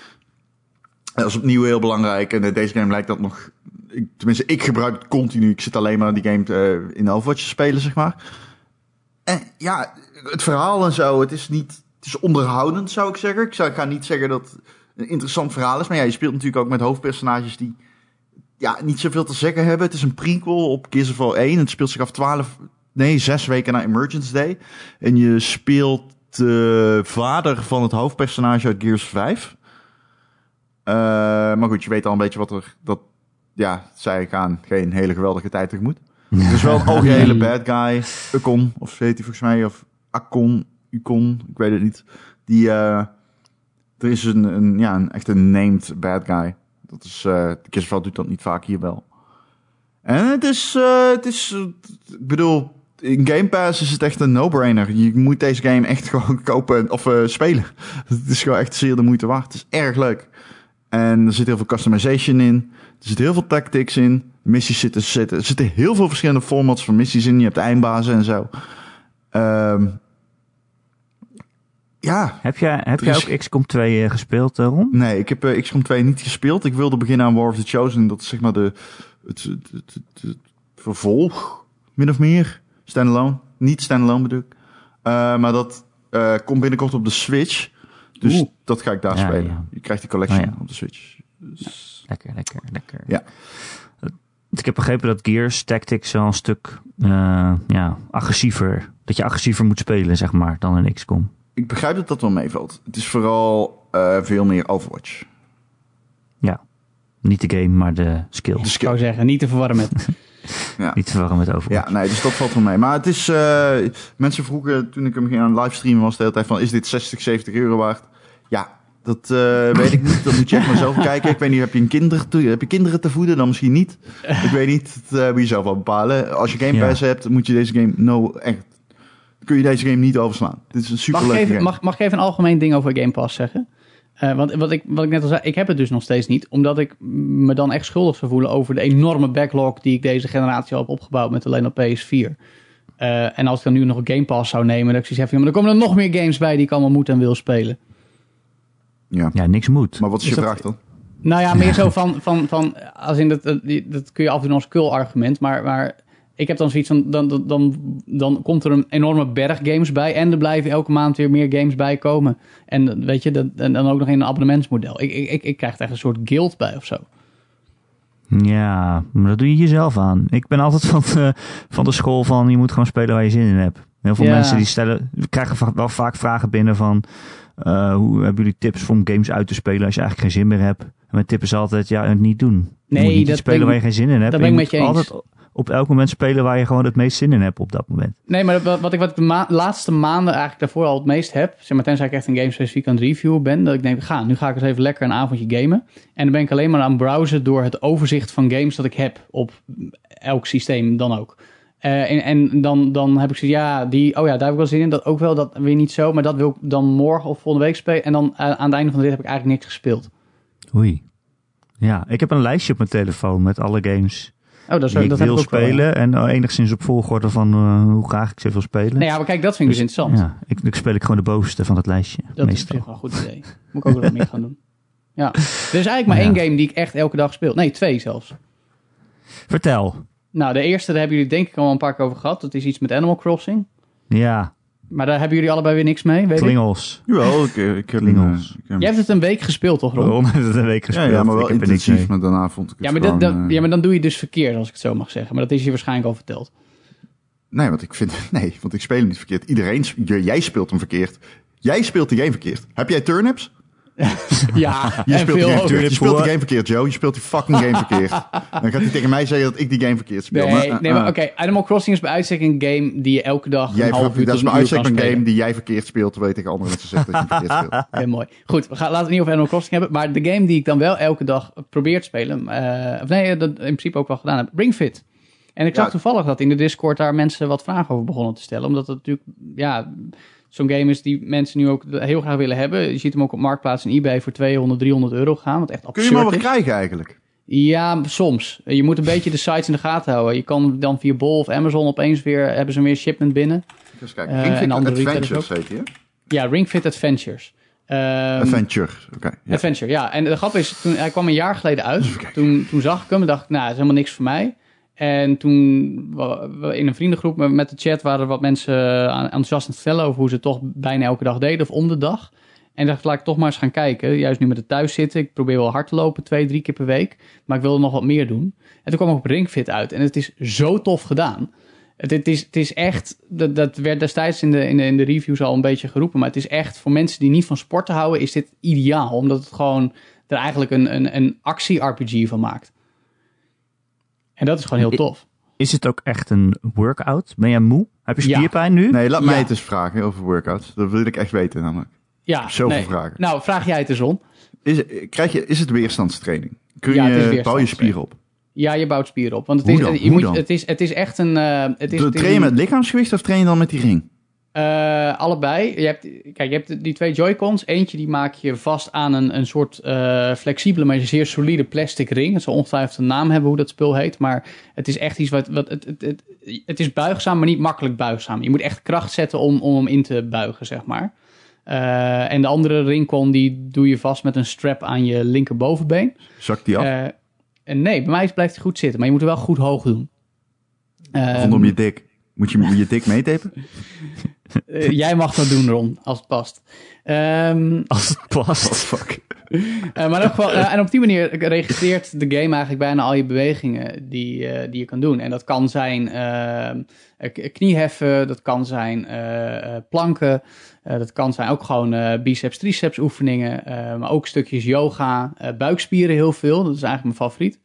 Dat is opnieuw heel belangrijk. En in deze game lijkt dat nog... Ik, tenminste, ik gebruik het continu. Ik zit alleen maar die game te, uh, in Overwatch te spelen, zeg maar. En ja, het verhaal en zo, het is niet... Het is onderhoudend, zou ik zeggen. Ik, zou, ik ga niet zeggen dat het een interessant verhaal is. Maar ja, je speelt natuurlijk ook met hoofdpersonages die... Ja, niet zoveel te zeggen hebben. Het is een prequel op Gears of War één. Het speelt zich af twaalf... Nee, zes weken na Emergence Day. En je speelt de vader van het hoofdpersonage uit Gears vijf. Uh, maar goed, je weet al een beetje wat er... Dat, ja, zij gaan geen hele geweldige tijd tegemoet. Het is wel een algehele bad guy. Ukon, of heet hij volgens mij. Of Akon, Ukon, ik weet het niet. Die, uh, er is een, een, ja, een echt een named bad guy. Dat is, uh, de Gears of War doet dat niet vaak hier wel. En het is, uh, het is, uh, ik bedoel, in Game Pass is het echt een no-brainer. Je moet deze game echt gewoon kopen of uh, spelen. Het is gewoon echt zeer de moeite waard. Het is erg leuk. En er zit heel veel customization in. Er zit heel veel tactics in. De missies zitten, zitten, er zitten heel veel verschillende formats van missies in. Je hebt eindbazen en zo. Um, Ja. Heb jij, heb Er jij is- ook X COM twee uh, gespeeld, uh, Ron? Nee, ik heb uh, X COM twee niet gespeeld. Ik wilde beginnen aan War of the Chosen. Dat is zeg maar de, het, het, het, het, het vervolg, min of meer. Standalone. Niet standalone bedoel ik. Uh, maar dat uh, komt binnenkort op de Switch. Dus Oeh. dat ga ik daar Ja, spelen. ja. Je krijgt die collection Oh, ja. op de Switch. Dus, Lekker, lekker, lekker. Ja. Ik heb begrepen dat Gears Tactics wel een stuk uh, ja, agressiever... Dat je agressiever moet spelen, zeg maar, dan een X COM. ik begrijp dat dat wel meevalt. Het is vooral uh, veel meer Overwatch. Ja. Niet de game, maar de skill. De Ik skill. zou zeggen, niet te verwarren met... Ja. Niet te verwarren met Overwatch. Ja, nee, dus dat valt wel mee. Maar het is... Uh, mensen vroegen toen ik hem ging aan livestreamen was de hele tijd van... Is dit zestig, zeventig euro waard? Ja, dat uh, weet ik niet. Dat moet je echt maar zelf kijken. Ik weet niet, heb je, een kinder te, heb je kinderen te voeden? Dan misschien niet. Ik weet niet. Dat uh, moet je zelf wel bepalen. Als je Game Pass Ja. hebt, moet je deze game... No, echt... Kun je deze game niet overslaan. Dit is een super Mag ik, leuke even, game. mag, mag ik even een algemeen ding over Game Pass zeggen? Uh, want wat ik, wat ik net al zei, ik heb het dus nog steeds niet. Omdat ik me dan echt schuldig zou voelen over de enorme backlog die ik deze generatie al heb opgebouwd met alleen op P S vier. Uh, en als ik dan nu nog een Game Pass zou nemen, dan ik zoiets heb van, maar er komen er nog meer games bij die ik allemaal moet en wil spelen. Ja. Ja, niks moet. Maar wat is Is je dat- vraag dan? Nou ja, meer zo van, van, van als in dat, dat, dat kun je af en toe als kul argument, maar, maar ik heb dan zoiets van, dan, dan, dan, dan komt er een enorme berg games bij en er blijven elke maand weer meer games bij komen. En weet je, dat, en dan ook nog in een abonnementsmodel. Ik, ik, ik, ik krijg er echt een soort guilt bij of zo. Ja, maar dat doe je jezelf aan. Ik ben altijd van de, van de school van je moet gewoon spelen waar je zin in hebt. Heel veel Ja. mensen die stellen, krijgen va- wel vaak vragen binnen van uh, hoe hebben jullie tips om games uit te spelen als je eigenlijk geen zin meer hebt. En mijn tip is altijd, ja, het niet doen. Je Nee, moet niet dat iets spelen ben waar ik- je geen zin in hebt. dat En ben ik je met je moet eens. altijd op elk moment spelen waar je gewoon het meest zin in hebt op dat moment. Nee, maar wat, wat ik wat ik de ma- laatste maanden eigenlijk daarvoor al het meest heb, zeg maar, tenzij ik echt een game specifiek aan het reviewen ben, dat ik denk, ga, nu ga ik eens even lekker een avondje gamen. En dan ben ik alleen maar aan het browsen door het overzicht van games dat ik heb op elk systeem dan ook. Uh, en en dan, dan heb ik zoiets, ja, die, oh ja, daar heb ik wel zin in, dat ook wel, dat weer niet zo, maar dat wil ik dan morgen of volgende week spelen. En dan uh, aan het einde van de rit heb ik eigenlijk niks gespeeld. Oei. Ja, ik heb een lijstje op mijn telefoon met alle games Oh, dat, is, die ik dat heb wil ik ook wel, ja. spelen. En uh, enigszins op volgorde van uh, hoe graag ik ze wil spelen. Nee, ja, maar kijk, dat vind ik dus interessant. Ja, ik, ik speel ik gewoon de bovenste van het lijstje. Dat is op meestal. zich wel een goed idee. Moet ik ook wat meer gaan doen. Ja. Er is eigenlijk maar Ja. één game die ik echt elke dag speel. Nee, twee zelfs. Vertel. Nou, de eerste, daar hebben jullie denk ik al een paar keer over gehad. Dat is iets met Animal Crossing. Ja, Maar daar hebben jullie allebei weer niks mee, weet ik. klingels. Jawel, ik, ik heb Klingels. een, uh, ik heb- Jij hebt het een week gespeeld, toch, Ron? Ron heeft het een week ja, gespeeld. ja, maar wel ik heb er niks intensief. mee. Maar daarna vond ik het Ja maar, dat, gewoon... dat- uh, ja, maar dan doe je dus verkeerd, als ik het zo mag zeggen. Maar dat is je waarschijnlijk al verteld. Nee, want ik vind... Nee, want ik speel hem niet verkeerd. Iedereen... sp- j- Jij speelt hem verkeerd. Jij speelt de game verkeerd. Heb jij turnips? Ja, Je en speelt, veel de game, ook. verkeerd. je speelt de game verkeerd, Joe. Je speelt die fucking game verkeerd. Dan gaat hij tegen mij zeggen dat ik die game verkeerd speel. Nee, Maar, nee, maar uh, oké. Animal Crossing is bij uitstek een game die je elke dag Jij, een half uur dat is tot bij een uur kan uitstek een spelen. game die jij verkeerd speelt, terwijl je tegen andere mensen zegt dat je hem verkeerd speelt. Heel mooi. Goed, we gaan, laten we het niet over Animal Crossing hebben. Maar de game die ik dan wel elke dag probeer te spelen... eh, of nee, dat in principe ook wel gedaan heb. Ring Fit. En ik zag Ja. toevallig dat in de Discord daar mensen wat vragen over begonnen te stellen. Omdat het natuurlijk... ja, zo'n game is die mensen nu ook heel graag willen hebben. Je ziet hem ook op Marktplaats en eBay voor tweehonderd, driehonderd euro gaan. Wat echt Kun absurd je maar wat is. krijgen eigenlijk? Ja, soms. Je moet een beetje de sites in de gaten houden. Je kan dan via Bol of Amazon opeens weer... hebben ze meer shipment binnen. Eens kijken. Eh, Ring Fit en andere Adventures retailers heet die, hè? Ja, Ring Fit Adventures. Ehm, Adventure. Oké. ja. Adventure, ja. En de grap is, toen, hij kwam een jaar geleden uit. Even kijken. Toen, toen zag ik hem en dacht ik, nou, dat is helemaal niks voor mij. En toen we- we in een vriendengroep met- met de chat waren er wat mensen aan- enthousiast aan het vertellen over hoe ze het toch bijna elke dag deden of om de dag. En ik dacht, laat ik toch maar eens gaan kijken. Juist nu met het thuis zitten. Ik probeer wel hard te lopen, twee, drie keer per week. Maar ik wilde nog wat meer doen. En toen kwam ik op Ring Fit uit. En het is zo tof gedaan. Het, het, is, het is echt, dat, dat werd destijds in de, in, de, in de reviews al een beetje geroepen. Maar het is echt, voor mensen die niet van sporten houden, is dit ideaal. Omdat het gewoon er eigenlijk een, een, een actie-R P G van maakt. En dat is gewoon heel tof. Is het ook echt een workout? Ben jij moe? Heb je Ja. spierpijn nu? Nee, laat Ja. mij het eens vragen over workouts. Dat wil ik echt weten namelijk. Ja, Zoveel vragen. Nou, vraag jij het eens om. Is, krijg je, is het weerstandstraining? Kun Ja, je, het is bouw je weerstandstraining. spieren op? Ja, je bouwt spieren op. Want het, Hoe is, dan? je Hoe moet, dan? het, is, het is echt een... eh, het is, Doe- Train je met lichaamsgewicht of train je dan met die ring? Eh, allebei. Je hebt, kijk, je hebt die twee Joy-Cons. Eentje die maak je vast aan een, een soort eh, flexibele, maar zeer solide plastic ring. Het zal ongetwijfeld een naam hebben hoe dat spul heet. Maar het is echt iets wat... wat het, het, het, het is buigzaam, maar niet makkelijk buigzaam. Je moet echt kracht zetten om, om hem in te buigen, zeg maar. Uh, en de andere ringcon die doe je vast met een strap aan je linkerbovenbeen. Zakt die af? Uh, en nee, bij mij blijft hij goed zitten. Maar je moet het wel goed hoog doen. Um, Rondom je dik. Moet je je dik meetapen? uh, jij mag dat doen, Ron, als het past. Um, als het past. Oh, fuck. Uh, maar in geval, uh, en op die manier registreert de game eigenlijk bijna al je bewegingen die, uh, die je kan doen. En dat kan zijn uh, knieheffen, dat kan zijn uh, uh, planken, uh, dat kan zijn ook gewoon uh, biceps, triceps oefeningen, uh, maar ook stukjes yoga, uh, buikspieren heel veel. Dat is eigenlijk mijn favoriet.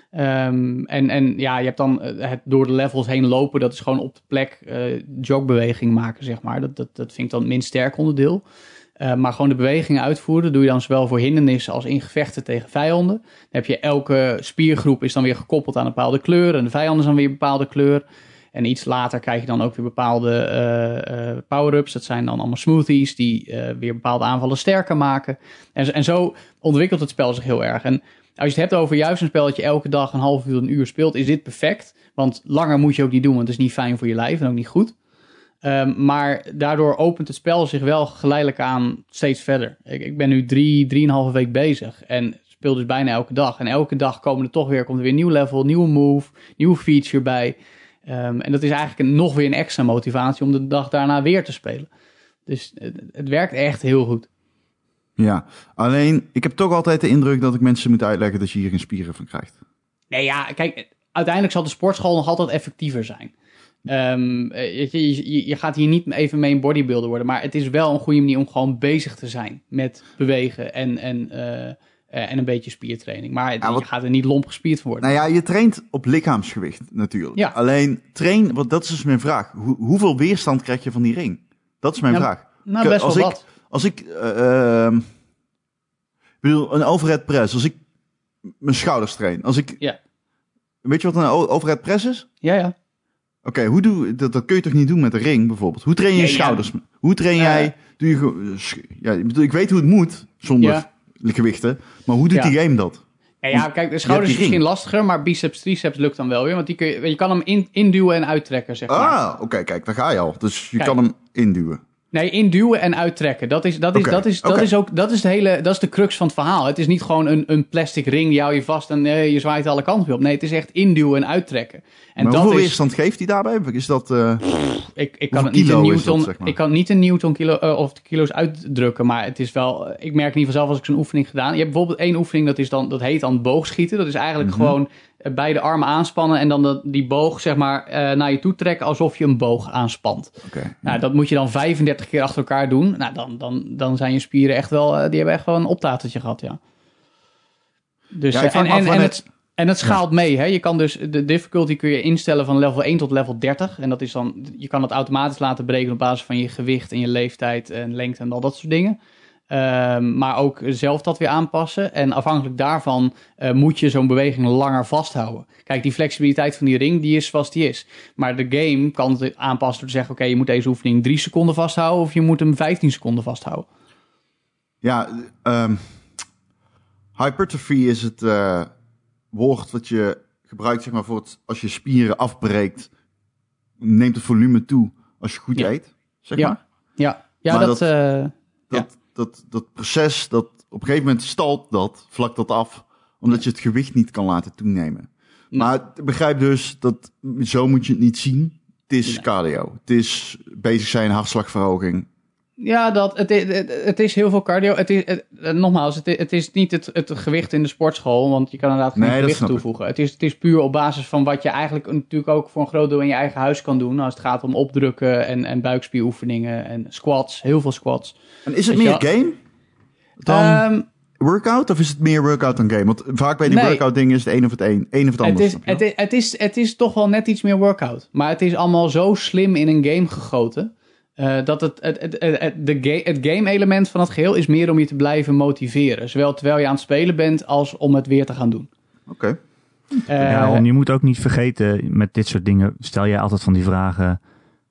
Um, en, en ja, je hebt dan het door de levels heen lopen, dat is gewoon op de plek uh, jogbeweging maken, zeg maar. Dat, dat, dat vind ik dan het minst sterk onderdeel. Uh, maar gewoon de bewegingen uitvoeren doe je dan zowel voor hindernissen als in gevechten tegen vijanden. Dan heb je elke spiergroep is dan weer gekoppeld aan een bepaalde kleur en de vijanden is dan weer een bepaalde kleur. En iets later krijg je dan ook weer bepaalde uh, uh, power-ups. Dat zijn dan allemaal smoothies die uh, weer bepaalde aanvallen sterker maken. En, en zo ontwikkelt het spel zich heel erg. En als je het hebt over juist een spel dat je elke dag een half uur, een uur speelt, is dit perfect. Want langer moet je ook niet doen, want het is niet fijn voor je lijf en ook niet goed. Um, maar daardoor opent het spel zich wel geleidelijk aan steeds verder. Ik, ik ben nu drie, drieënhalve week bezig en speel dus bijna elke dag. En elke dag komen er toch weer, komt er weer een nieuw level, nieuwe move, nieuwe feature bij. Um, en dat is eigenlijk een, nog weer een extra motivatie om de dag daarna weer te spelen. Dus het, het werkt echt heel goed. Ja, alleen ik heb toch altijd de indruk dat ik mensen moet uitleggen dat je hier geen spieren van krijgt. Nee ja, kijk, uiteindelijk zal de sportschool nog altijd effectiever zijn. Um, je, je, je gaat hier niet even mee een bodybuilder worden, maar het is wel een goede manier om gewoon bezig te zijn met bewegen en, en, uh, uh, en een beetje spiertraining. Maar ja, wat, je gaat er niet lomp gespierd voor worden. Nou ja, je traint op lichaamsgewicht natuurlijk. Ja. Alleen train, want dat is dus mijn vraag. Hoe, hoeveel weerstand krijg je van die ring? Dat is mijn ja, vraag. Nou, best als wel ik, wat. Als ik, uh, uh, ik bedoel, een overhead press, als ik mijn schouders train, als ik, ja. Weet je wat een overhead press is? Ja, ja. Oké, okay, hoe doe dat? Dat kun je toch niet doen met een ring bijvoorbeeld? Hoe train je nee, je schouders? Ja. Hoe train uh, jij? Doe je, ja, ik bedoel, ik weet hoe het moet zonder ja. gewichten, maar hoe doet ja. die game dat? Ja, ja, kijk, de schouders is misschien lastiger, maar biceps, triceps lukt dan wel weer, want die kun je, je kan hem in, induwen en uittrekken, zeg maar. Ah, oké, okay, kijk, daar ga je al. Dus je kijk. kan hem induwen. Nee, induwen en uittrekken. Dat is, dat is, okay. dat is, dat okay. is ook, dat is de hele, dat is de crux van het verhaal. Het is niet gewoon een, een plastic ring die hou je vast en uh, je zwaait alle kanten op. Nee, het is echt induwen en uittrekken. En maar dat hoeveel is, weerstand geeft hij daarbij? Is dat, uh, ik, ik kan het niet in Newton, dat, zeg maar? Ik kan niet in Newton kilo uh, of kilo's uitdrukken, maar het is wel, ik merk in ieder geval zelf als ik zo'n oefening gedaan. Je hebt bijvoorbeeld één oefening, dat is dan, dat heet dan boogschieten. Dat is eigenlijk mm-hmm. gewoon beide armen aanspannen en dan dat, die boog zeg maar uh, naar je toe trekken alsof je een boog aanspant. Okay, nou, ja. dat moet je dan vijfendertig keer achter elkaar doen. Nou, dan, dan, dan zijn je spieren echt wel, uh, die hebben echt wel een optatertje gehad, ja. Dus, ja, uh, en, en, en, het, en het schaalt ja. mee, hè. Je kan dus, de difficulty kun je instellen van level één tot level dertig. En dat is dan, je kan het automatisch laten berekenen op basis van je gewicht en je leeftijd en lengte en al dat soort dingen. Um, maar ook zelf dat weer aanpassen. En afhankelijk daarvan uh, moet je zo'n beweging langer vasthouden. Kijk, die flexibiliteit van die ring, die is zoals die is. Maar de game kan het aanpassen door te zeggen, oké, okay, je moet deze oefening drie seconden vasthouden of je moet hem vijftien seconden vasthouden. Ja, um, hypertrophy is het uh, woord wat je gebruikt, zeg maar, voor het, als je spieren afbreekt, neemt het volume toe als je goed ja. eet, zeg ja. maar. Ja, ja maar dat... dat, uh, dat ja. Dat, dat proces, dat op een gegeven moment stalt dat, vlakt dat af, omdat je het gewicht niet kan laten toenemen. Nee. Maar begrijp dus dat zo moet je het niet zien. Het is nee. cardio. Het is bezig zijn, hartslagverhoging. Ja, dat, het, het, het is heel veel cardio. Het is, het, nogmaals, het, het is niet het, het gewicht in de sportschool, want je kan inderdaad geen nee, gewicht toevoegen. Het is, het is puur op basis van wat je eigenlijk natuurlijk ook voor een groot deel in je eigen huis kan doen. Als het gaat om opdrukken en, en buikspieroefeningen en squats, heel veel squats. En is het Weet meer game dan um, workout of is het meer workout dan game? Want vaak bij die nee, workout dingen is het een of het een, een of het ander. Het is, het, is, het, is, het is toch wel net iets meer workout. Maar het is allemaal zo slim in een game gegoten. Uh, dat het, het, het, het, het, de ga- het game-element van het geheel is meer om je te blijven motiveren. Zowel terwijl je aan het spelen bent, als om het weer te gaan doen. Oké. Okay. Uh, ja, je moet ook niet vergeten, met dit soort dingen stel jij altijd van die vragen.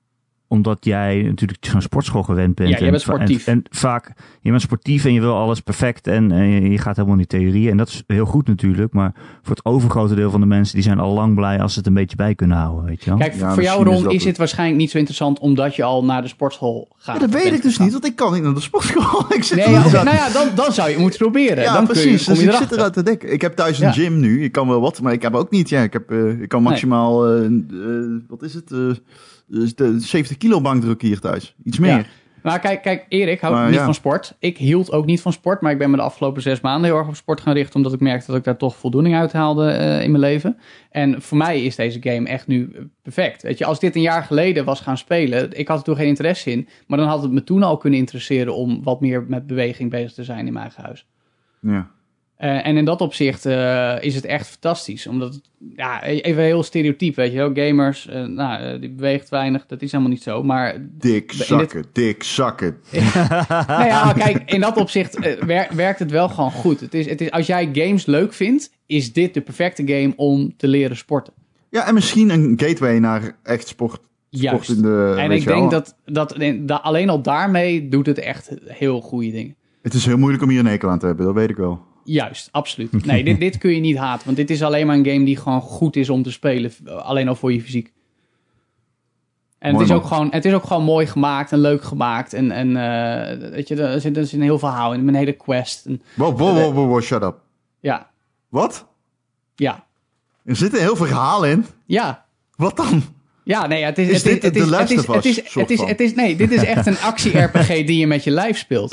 omdat jij natuurlijk zo'n sportschool gewend bent. Ja, jij en, bent sportief. En, en vaak, je bent sportief en je wil alles perfect en, en je, je gaat helemaal in die theorie. En dat is heel goed natuurlijk, maar voor het overgrote deel van de mensen, die zijn al lang blij als ze het een beetje bij kunnen houden, weet je wel. Kijk, Ja, voor jou misschien is Ron dat is het waarschijnlijk niet zo interessant omdat je al naar de sportschool gaat. Ja, dat weet bent ik dus gegaan. niet, want ik kan niet naar de sportschool. Ik zit Nee, er ja, niet oké, aan. nou ja, dan, dan zou je het moeten proberen. Ja, dan precies. kun je, kom Dus je ik zit erachter. eruit te denken. Ik heb thuis een Ja. gym nu. Ik kan wel wat, maar ik heb ook niet. Ja, ik, heb, uh, ik kan maximaal, uh, uh, wat is het? Uh, de zeventig kilo bankdruk hier thuis. Iets meer. Ja. Maar kijk, kijk, Erik houdt Maar niet ja. van sport. Ik hield ook niet van sport, maar ik ben me de afgelopen zes maanden heel erg op sport gaan richten, omdat ik merkte dat ik daar toch voldoening uit haalde uh, in mijn leven. En voor mij is deze game echt nu perfect. Weet je, als dit een jaar geleden was gaan spelen, ik had er toen geen interesse in, maar dan had het me toen al kunnen interesseren om wat meer met beweging bezig te zijn in mijn eigen huis. Ja. Uh, en in dat opzicht uh, is het echt fantastisch. Omdat, het, ja, even heel stereotyp, weet je wel. Gamers, uh, nou, uh, die beweegt weinig, dat is helemaal niet zo. Maar Dik zakken, dit... dik zakken. nou ja, kijk, in dat opzicht uh, wer- werkt het wel gewoon goed. Het is, het is, als jij games leuk vindt, is dit de perfecte game om te leren sporten. Ja, en misschien een gateway naar echt sport. sport Juist. In de, en ik denk dat, dat, dat alleen al daarmee doet het echt heel goede dingen. Het is heel moeilijk om hier een hekel aan te hebben, dat weet ik wel. Juist, absoluut. Nee, dit, dit kun je niet haten. Want dit is alleen maar een game die gewoon goed is om te spelen. Alleen al voor je fysiek. En het is, ook gewoon, het is ook gewoon mooi gemaakt en leuk gemaakt. En, en uh, weet je, er zit, er zit een heel verhaal in. Met een hele quest. En, Wow, wow, wow, wow, wow, shut up. Ja. Wat? Ja. Er zit een heel verhaal in. Ja. Wat dan? Ja, nee, het is... Is het dit is, de het Last is, of Us het is, soort het is, van? het is, nee, dit is echt een actie-R P G die je met je lijf speelt.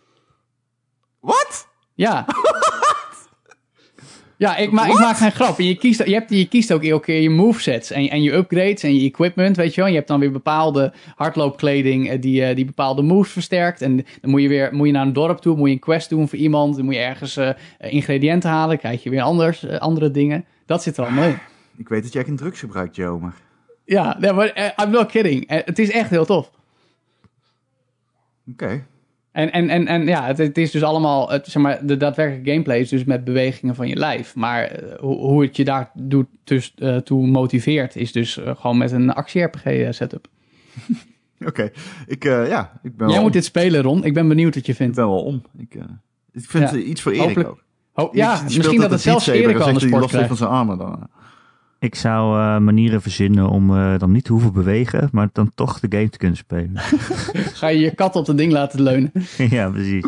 Wat? Ja. Ja, ik, ma- ik maak geen grap. En je, kiest, je, hebt, je kiest ook elke keer je movesets en, en je upgrades en je equipment, weet je wel. Je hebt dan weer bepaalde hardloopkleding die, die bepaalde moves versterkt. En dan moet je weer moet je naar een dorp toe, moet je een quest doen voor iemand. Dan moet je ergens uh, ingrediënten halen, krijg je weer anders, uh, andere dingen. Dat zit er allemaal in. Ik weet dat jij geen drugs gebruikt, Joe, maar... Ja, nee, maar uh, I'm not kidding. Uh, het is echt heel tof. Oké. Okay. En, en, en, en ja, het, het is dus allemaal, het, zeg maar, de daadwerkelijke gameplay is dus met bewegingen van je lijf. Maar uh, hoe, hoe het je daar doet, dus, uh, toe motiveert, is dus uh, gewoon met een actie-R P G setup. Oké, okay. ik, uh, ja, ik ben Jij wel moet dit spelen, Ron. Ik ben benieuwd wat je vindt. Ik ben wel om. Ik, uh, ik vind ja. het iets voor Erik Hopelijk, ook. Ho- ja, die, die misschien dat het zelfs Erik al aan de sport krijgt. van zijn armen dan. Ik zou uh, manieren verzinnen om uh, dan niet te hoeven bewegen, maar dan toch de game te kunnen spelen. Ga je je kat op het ding laten leunen? Ja, precies.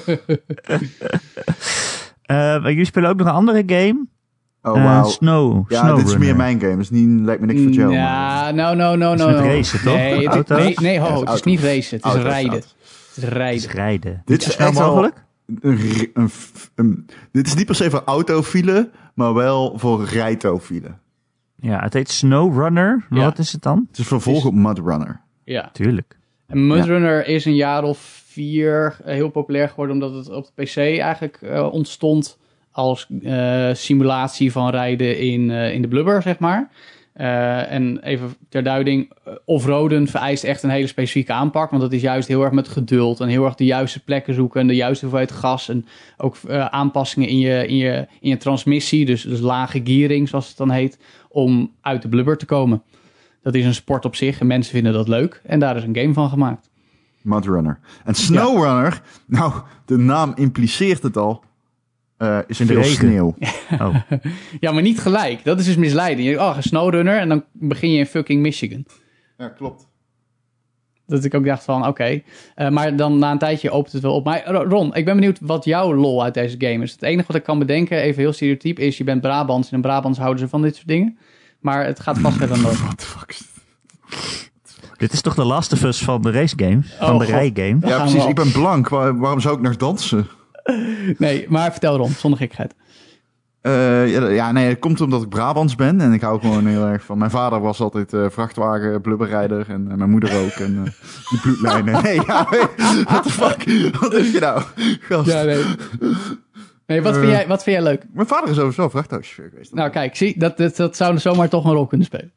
uh, jullie spelen ook nog een andere game. Oh, wow. Uh, Snow. Ja, Snow dit is Runner. meer mijn game. Het is niet, lijkt me niks voor Joe. Ja, no, no, no, no. Het is met racen, toch? Nee, het, nee, nee ho, ja, het is niet racen. Het is auto's, rijden. auto's. Het is rijden. Het is rijden. Dit is snel echt mogelijk? Een, een, een, een, dit is niet per se voor autofielen, maar wel voor rijtofielen. Ja, het heet Snow Runner. Ja. Wat is het dan? Het is vervolg op Mud Runner. Ja. Tuurlijk. En Mud Runner ja. is een jaar of vier heel populair geworden, omdat het op de P C eigenlijk uh, ontstond als uh, simulatie van rijden in, uh, in de blubber, zeg maar. Uh, en even ter duiding, uh, offroaden vereist echt een hele specifieke aanpak, want dat is juist heel erg met geduld en heel erg de juiste plekken zoeken en de juiste hoeveelheid gas en ook uh, aanpassingen in je, in, je, in je transmissie, dus, dus lage gearing zoals het dan heet, om uit de blubber te komen. Dat is een sport op zich en mensen vinden dat leuk en daar is een game van gemaakt. Mud Runner. En Snow ja. Runner, nou, de naam impliceert het al. Uh, is in veel sneeuw. Oh. Ja, maar niet gelijk. Dat is dus misleiding. Je, oh, een snowrunner en dan begin je in fucking Michigan. Ja, klopt. Dat ik ook dacht van, oké. Okay. Uh, maar dan na een tijdje opent het wel op. Maar Ron, ik ben benieuwd wat jouw lol uit deze game is. Het enige wat ik kan bedenken, even heel stereotyp, is je bent Brabants. En in Brabants houden ze van dit soort dingen. Maar het gaat vast verder dan dat. What the fuck is dit? Dit is toch de Last of Us van de race games? Van oh, de rijgame? Ja, precies. Ik ben blank. Waar, waarom zou ik nog dansen? Nee, maar vertel Ron, zonder gekheid. Uh, ja, ja, nee, het komt omdat ik Brabants ben en ik hou gewoon heel erg van... Mijn vader was altijd uh, vrachtwagen, blubberrijder en uh, mijn moeder ook. En uh, die bloedlijnen. Nee, ja, what the fuck? Wat is je nou? Gast. Ja, nee. Nee, wat, uh, vind jij, wat vind jij leuk? Mijn vader is sowieso vrachtwagenchauffeur geweest. Nou kijk, zie, dat, dat, dat zou zomaar toch een rol kunnen spelen.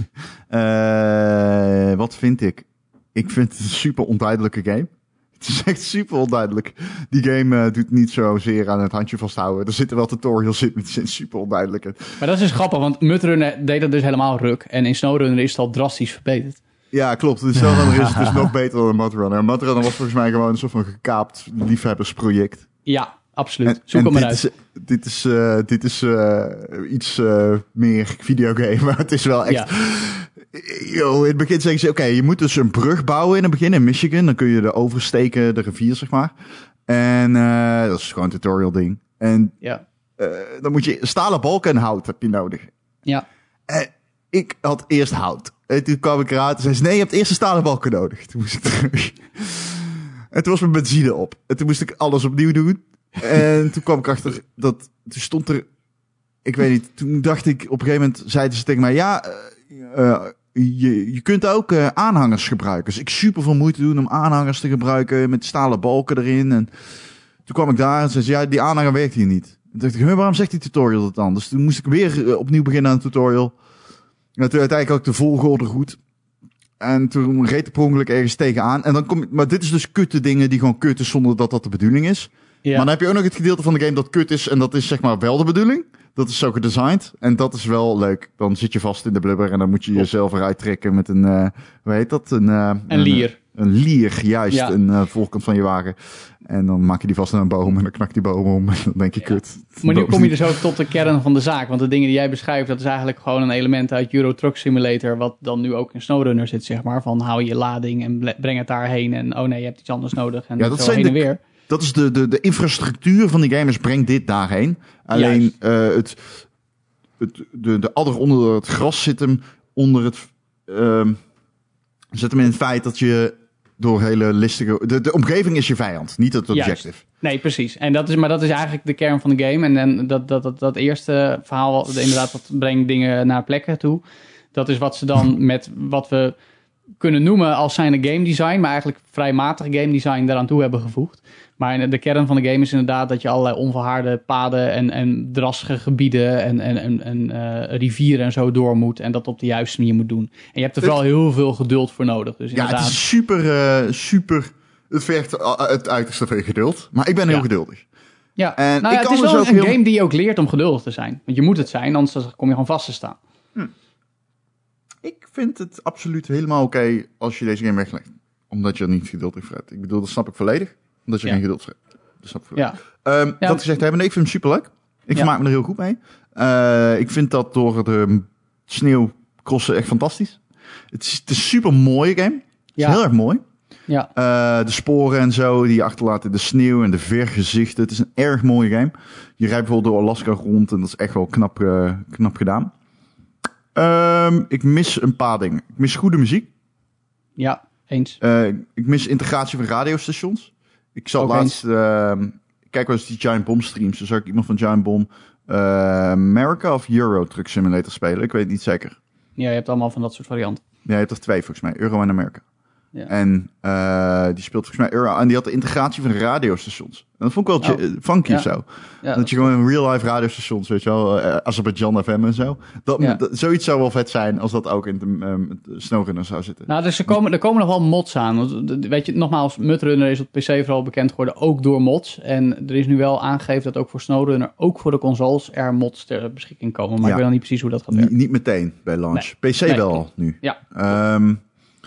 Uh, wat vind ik? Ik vind het een super onduidelijke game. Het is echt super onduidelijk. Die game uh, doet niet zozeer aan het handje vasthouden. Er zitten wel tutorials in, maar die zijn super onduidelijk. Maar dat is dus grappig, want Mud Runner deed dat dus helemaal ruk. En in Snow Runner is het al drastisch verbeterd. Ja, klopt. Het is zelf dan is het dus nog beter dan een Mudrunner. Een Mudrunner was volgens mij gewoon een soort van gekaapt liefhebbersproject. Ja, absoluut. En, Zoek en hem maar dit uit. is, dit is, uh, dit is uh, iets uh, meer videogame, maar het is wel echt... Ja. Yo, in het begin zeggen ze, oké, okay, je moet dus een brug bouwen in het begin in Michigan. Dan kun je er oversteken, de rivier, zeg maar. En uh, dat is gewoon een tutorial ding. En Ja. uh, dan moet je stalen balken en hout heb je nodig. Ja. En ik had eerst hout. En toen kwam ik eruit en zei ze, nee, je hebt eerst een stalen balken nodig. Toen moest ik terug. En toen was mijn benzine op. En toen moest ik alles opnieuw doen. En toen kwam ik achter dat... Toen stond er... Ik weet niet. Toen dacht ik... Op een gegeven moment zeiden ze tegen mij... Ja, uh, uh, je, je kunt ook uh, aanhangers gebruiken. Dus ik super veel moeite doen om aanhangers te gebruiken. Met stalen balken erin. En toen kwam ik daar en zei ze... Ja, die aanhanger werkt hier niet. En toen dacht ik... Waarom zegt die tutorial dat dan? Dus toen moest ik weer uh, opnieuw beginnen aan de tutorial. En toen uiteindelijk ook de volgorde goed. En toen reed ik per ongeluk ergens tegenaan. En dan kom ik, maar dit is dus kutte dingen die gewoon kut is zonder dat dat de bedoeling is. Ja. Maar dan heb je ook nog het gedeelte van de game dat kut is. En dat is zeg maar wel de bedoeling. Dat is zo gedesigned. En dat is wel leuk. Dan zit je vast in de blubber. En dan moet je Top. jezelf eruit trekken met een, uh, hoe heet dat? Een, uh, Een lier. Een, een lier, juist. Ja. Een uh, voorkant van je wagen. En dan maak je die vast aan een boom. En dan knakt die boom om. En dan denk je, Ja. kut. Maar nu kom je dus ook tot de kern van de zaak. Want de dingen die jij beschrijft, dat is eigenlijk gewoon een element uit Euro Truck Simulator, wat dan nu ook in SnowRunner zit, zeg maar. Van hou je lading en ble- breng het daarheen. En oh nee, je hebt iets anders nodig. En Ja, dat zo zijn heen en de- weer. Dat is de, de, de infrastructuur van die gamers. Breng dit daarheen. Alleen uh, het, het, de, de adder onder het gras zit hem onder het... Uh, zit hem in het feit dat je door hele listige... De, de omgeving is je vijand, niet het objective. Juist. Nee, precies. En dat is, maar dat is eigenlijk de kern van de game. En dan dat, dat, dat, dat eerste verhaal, inderdaad, dat brengt dingen naar plekken toe. Dat is wat ze dan met wat we kunnen noemen als zijnde game design, maar eigenlijk vrij matig game design daaraan toe hebben gevoegd. Maar de kern van de game is inderdaad dat je allerlei onverharde paden en, en drassige gebieden en, en, en, en uh, rivieren en zo door moet. En dat op de juiste manier moet doen. En je hebt er vooral heel veel geduld voor nodig. Dus Ja, inderdaad... het is super, uh, super... Het vergt het uiterste van je geduld. Maar ik ben heel Ja. geduldig. Ja, En nou ja, ik het is kan wel dus een ook heel- game die je ook leert om geduldig te zijn. Want je moet het zijn, anders kom je gewoon vast te staan. Ik vind het absoluut helemaal oké okay als je deze game weglegt. Omdat je er niet geduldig voor hebt. Ik bedoel, dat snap ik volledig. Omdat je Ja. geen geduld voor hebt. Dat snap ik volledig. Ja, Um, Ja. Dat gezegd hebben, nee, ik vind hem superleuk. Ik Ja. vermaak me er heel goed mee. Uh, ik vind dat door de sneeuw crossen echt fantastisch. Het is, het is een super mooie game. Het is Ja. heel erg mooi. ja, Uh, de sporen en zo die je achterlaat in de sneeuw en de vergezichten. Het is een erg mooie game. Je rijdt bijvoorbeeld door Alaska rond en dat is echt wel knap, uh, knap gedaan. Um, ik mis een paar dingen. Ik mis goede muziek. ja, eens. Uh, ik mis integratie van radiostations. Ik zat Ook laatst... Uh, kijk wel eens die Giant Bomb streams. Dan zag ik iemand van Giant Bomb uh, America of Euro Truck Simulator spelen. Ik weet het niet zeker. Ja, je hebt allemaal van dat soort varianten. Ja, je hebt er twee volgens mij. Euro en America. Ja. En uh, die speelt volgens mij Euro. En die had de integratie van radiostations. En dat vond ik wel Oh. j- funky Ja. of zo. Ja, dat je gewoon in real-life radiostations, weet je wel, uh, Azerbaijan F M en zo. Dat, Ja. dat, zoiets zou wel vet zijn als dat ook in de, um, de SnowRunner zou zitten. Nou, dus er komen, er komen nog wel mods aan. Want, d- weet je, nogmaals, Mudrunner is op P C vooral bekend geworden, ook door mods. En er is nu wel aangegeven dat ook voor SnowRunner, ook voor de consoles, er mods ter beschikking komen. Maar Ja. ik weet nog niet precies hoe dat gaat Niet, werken. niet meteen bij launch. Nee. P C Nee, wel klopt. nu. Ja. Um,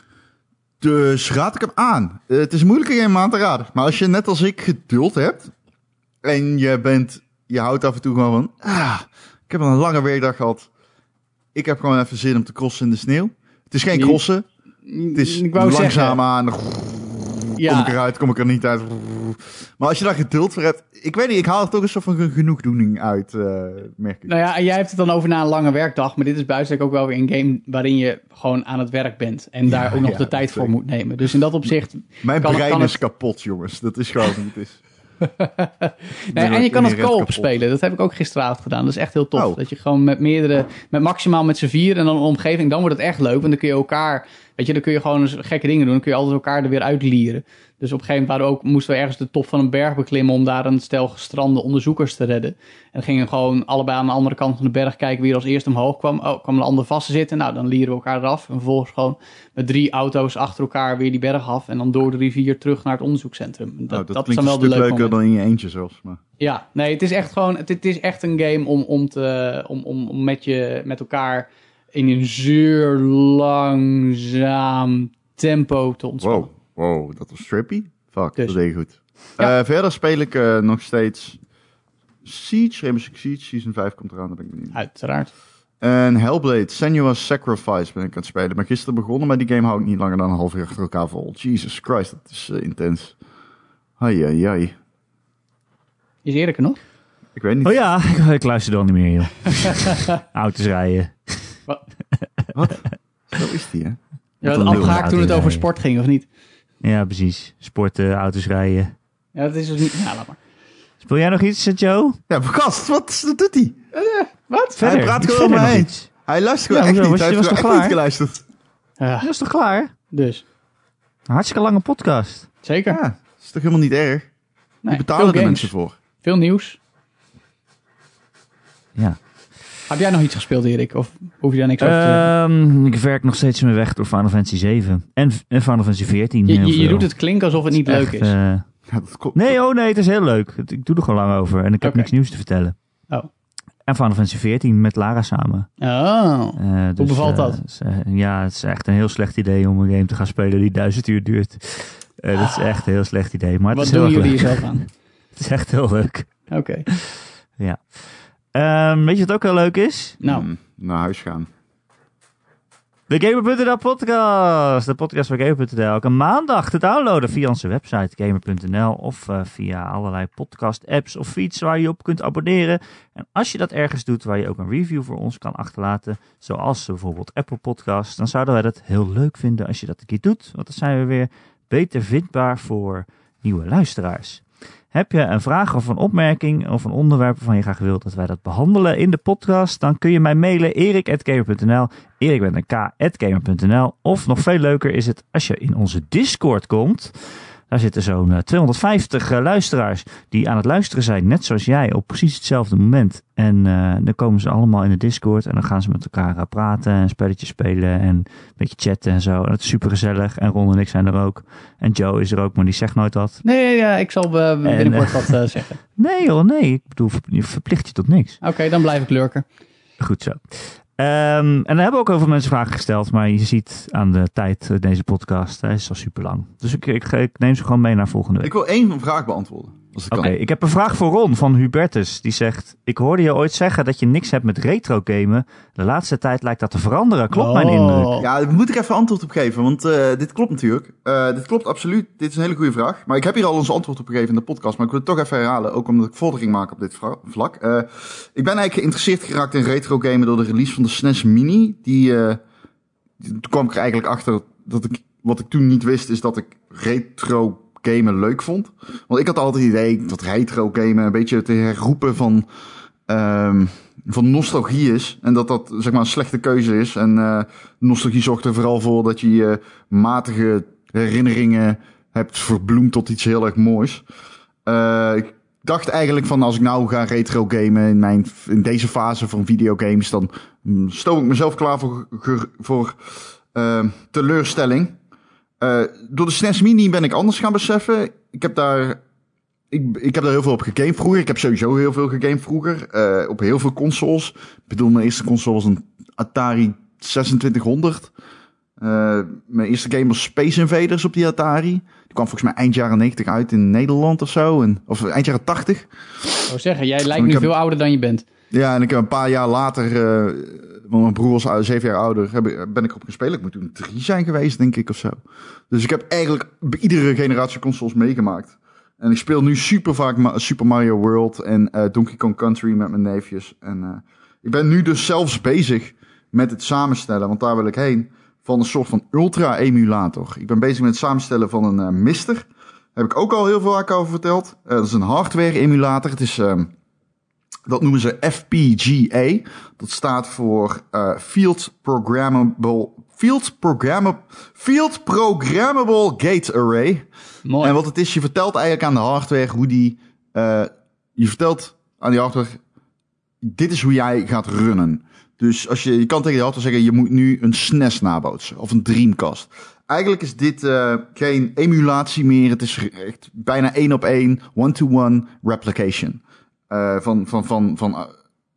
dus raad ik hem aan. Uh, het is een moeilijke game om aan te raden. Maar als je net als ik geduld hebt en je bent, je houdt af en toe gewoon van, ah, ik heb een lange werkdag gehad. Ik heb gewoon even zin om te crossen in de sneeuw. Het is geen Je- crossen. Het is Ik wou langzaam zeggen, aan. ja. Kom ik eruit, kom ik er niet uit. Maar als je daar geduld voor hebt, ik weet niet, ik haal er toch een soort van genoegdoening uit, uh, merk ik. Nou ja, en jij hebt het dan over na een lange werkdag, maar dit is buiten ook wel weer een game waarin je gewoon aan het werk bent en daar Ja, ook nog ja, de tijd voor zeker. moet nemen. Dus in dat opzicht, Mijn kan- brein kan is het- kapot, jongens. Dat is gewoon hoe het is. nee, en je kan het inherent co-op kapot. spelen. Dat heb ik ook gisteravond gedaan. Dat is echt heel tof. Oh. Dat je gewoon met meerdere, met maximaal met z'n vier en dan een omgeving, dan wordt het echt leuk. Want dan kun je elkaar, weet je, dan kun je gewoon eens gekke dingen doen. Dan kun je altijd elkaar er weer uitlieren. Dus op een gegeven moment waren we ook, moesten we ergens de top van een berg beklimmen om daar een stel gestrande onderzoekers te redden. En dan gingen we gewoon allebei aan de andere kant van de berg kijken wie er als eerste omhoog kwam. Oh, kwam een ander vast te zitten. Nou, dan lieren we elkaar eraf. En vervolgens gewoon met drie auto's achter elkaar weer die berg af. En dan door de rivier terug naar het onderzoekscentrum. Dat, Dat, nou, dat, dat klinkt zijn een wel de stuk leuke leuker momenten. dan in je eentje zelfs. Maar... Ja, nee, het is echt gewoon, het, het is echt een game om, om, te, om, om, om met, je, met elkaar in een zeer langzaam tempo te ontspannen. Wow, wow, dat was trippy. Fuck, Dus. dat deed je goed. Ja. Uh, verder speel ik uh, nog steeds Siege, Rainbow Six Siege, Season vijf komt eraan, daar ben ik benieuwd. Uiteraard. En Hellblade, Senua's Sacrifice ben ik aan het spelen. Ik ben gisteren begonnen, maar die game hou ik niet langer dan een half uur achter elkaar vol. Jesus Christ, dat is uh, intens. Ai, ai, ai. Is Erik er nog? Ik weet niet. Oh ja, ik, ik luister dan niet meer, joh. Auto's rijden. Wat? Wat? Zo is die, hè? Je had een afgehaakt lul. toen het over Auto's sport ging, of niet? Ja, precies. Sporten, auto's rijden. Ja, dat is dus niet... Ja, laat maar. Speel jij nog iets, Joe? Ja, Bekast, wat, wat doet hij? Wat? Verder, Hij praat iets gewoon verder mee. nog iets. Hij luistert Ja, gewoon echt hoezo? niet. Was Hij je- heeft was gewoon toch echt klaar? niet geluisterd. Ja, Dat is toch klaar? dus. Een hartstikke lange podcast. Zeker. Ja, dat is toch helemaal niet erg? Nee, Die betalen veel de games. mensen voor. Veel nieuws. Ja. Heb jij nog iets gespeeld, Erik? Of hoef je daar niks over te zeggen? Ehm, ik werk nog steeds me weg door Final Fantasy zeven. En, en Final Fantasy veertien. Je, heel je, je veel. doet het klinken alsof het niet Echt, leuk is. eh, Ja, dat klopt. nee, oh nee, het is heel leuk. Het- Ik doe er gewoon lang over. En ik heb Oké. niks nieuws te vertellen. Oh. En Final Fantasy veertien met Lara samen. Oh. Eh, dus, bevalt dat? eh, het is, eh, ja, het is echt een heel slecht idee om een game te gaan spelen die duizend uur duurt. Eh, dat is echt een heel slecht idee. Maar het Wat is heel doen erg jullie leuk. jezelf aan? Het is echt heel leuk. Oké. Ja. Ehm, weet je wat ook heel leuk is? Nou, Hmm, naar huis gaan. De Gamer punt n l podcast. De podcast van Gamer punt n l. Elke maandag te downloaden via onze website gamer punt n l of uh, via allerlei podcast apps of feeds waar je op kunt abonneren. En als je dat ergens doet waar je ook een review voor ons kan achterlaten, zoals bijvoorbeeld Apple Podcasts, dan zouden wij dat heel leuk vinden als je dat een keer doet. Want dan zijn we weer beter vindbaar voor nieuwe luisteraars. Heb je een vraag of een opmerking of een onderwerp waarvan je graag wilt dat wij dat behandelen in de podcast, dan kun je mij mailen erik at gamer punt n l, erik met een k at gamer punt n l. Of nog veel leuker is het als je in onze Discord komt. Daar zitten zo'n uh, tweehonderdvijftig uh, luisteraars die aan het luisteren zijn, net zoals jij, op precies hetzelfde moment. En uh, dan komen ze allemaal in de Discord en dan gaan ze met elkaar uh, praten en spelletjes spelen en een beetje chatten en zo. En dat is super gezellig. En Ron en ik zijn er ook. En Joe is er ook, maar die zegt nooit wat. nee, ja, ik zal uh, binnenkort uh, wat uh, zeggen. Nee joh, nee. Ik bedoel, je verplicht je tot niks. Oké, okay, dan blijf ik lurken. Goed zo. Um, en dan hebben ook heel veel mensen vragen gesteld, maar je ziet aan de tijd uh, deze podcast, hij is al super lang. Dus ik, ik, ik neem ze gewoon mee naar volgende week. Ik wil één vraag beantwoorden. Oké, okay, ik heb een vraag voor Ron van Hubertus. Die zegt, ik hoorde je ooit zeggen dat je niks hebt met retro gamen. De laatste tijd lijkt dat te veranderen. Klopt oh. mijn indruk? Ja, daar moet ik even antwoord op geven, want uh, dit klopt natuurlijk. Uh, dit klopt absoluut. Dit is een hele goede vraag. Maar ik heb hier al ons antwoord op gegeven in de podcast, maar ik wil het toch even herhalen. Ook omdat ik vordering maak op dit vlak. Uh, ik ben eigenlijk geïnteresseerd geraakt in retro gamen door de release van de S N E S Mini. Die, uh, die, toen kwam ik er eigenlijk achter dat ik, wat ik toen niet wist, is dat ik retro gamen leuk vond. Want ik had altijd het idee dat retro gamen een beetje te herroepen van, um, van nostalgie is. En dat dat zeg maar een slechte keuze is. En uh, nostalgie zorgt er vooral voor dat je uh, matige herinneringen hebt verbloemd tot iets heel erg moois. Uh, ik dacht eigenlijk van als ik nou ga retro gamen in, mijn, in deze fase van videogames, dan um, stoom ik mezelf klaar voor, voor uh, teleurstelling. Uh, door de S N E S Mini ben ik anders gaan beseffen. Ik heb daar, ik, ik heb daar heel veel op gegamed vroeger. Ik heb sowieso heel veel gegamed vroeger. Uh, op heel veel consoles. Ik bedoel, mijn eerste console was een Atari zesentwintighonderd. Uh, mijn eerste game was Space Invaders op die Atari. Die kwam volgens mij eind jaren negentig uit in Nederland of zo. En, of eind jaren tachtig. Ik zou zeggen, jij lijkt nu heb, veel ouder dan je bent. Ja, en ik heb een paar jaar later, uh, want mijn broer was zeven jaar ouder, heb, ben ik op gespeeld. Ik moet toen drie zijn geweest, denk ik, of zo. Dus ik heb eigenlijk bij iedere generatie consoles meegemaakt. En ik speel nu super vaak Ma- Super Mario World en uh, Donkey Kong Country met mijn neefjes. En uh, ik ben nu dus zelfs bezig met het samenstellen, want daar wil ik heen, van een soort van ultra-emulator. Ik ben bezig met het samenstellen van een uh, Mister. Daar heb ik ook al heel veel vaak over verteld. Uh, dat is een hardware-emulator. Het is... Uh, Dat noemen ze F P G A. Dat staat voor uh, Field Programmable Field Programmable Field Programmable Gate Array. Mooi. En wat het is, je vertelt eigenlijk aan de hardware hoe die uh, je vertelt aan die hardware, dit is hoe jij gaat runnen. Dus als je je kan tegen de hardware zeggen, je moet nu een S N E S nabootsen of een Dreamcast. Eigenlijk is dit uh, geen emulatie meer. Het is echt bijna één op één one-to-one replication. Uh, van, van, van, van uh,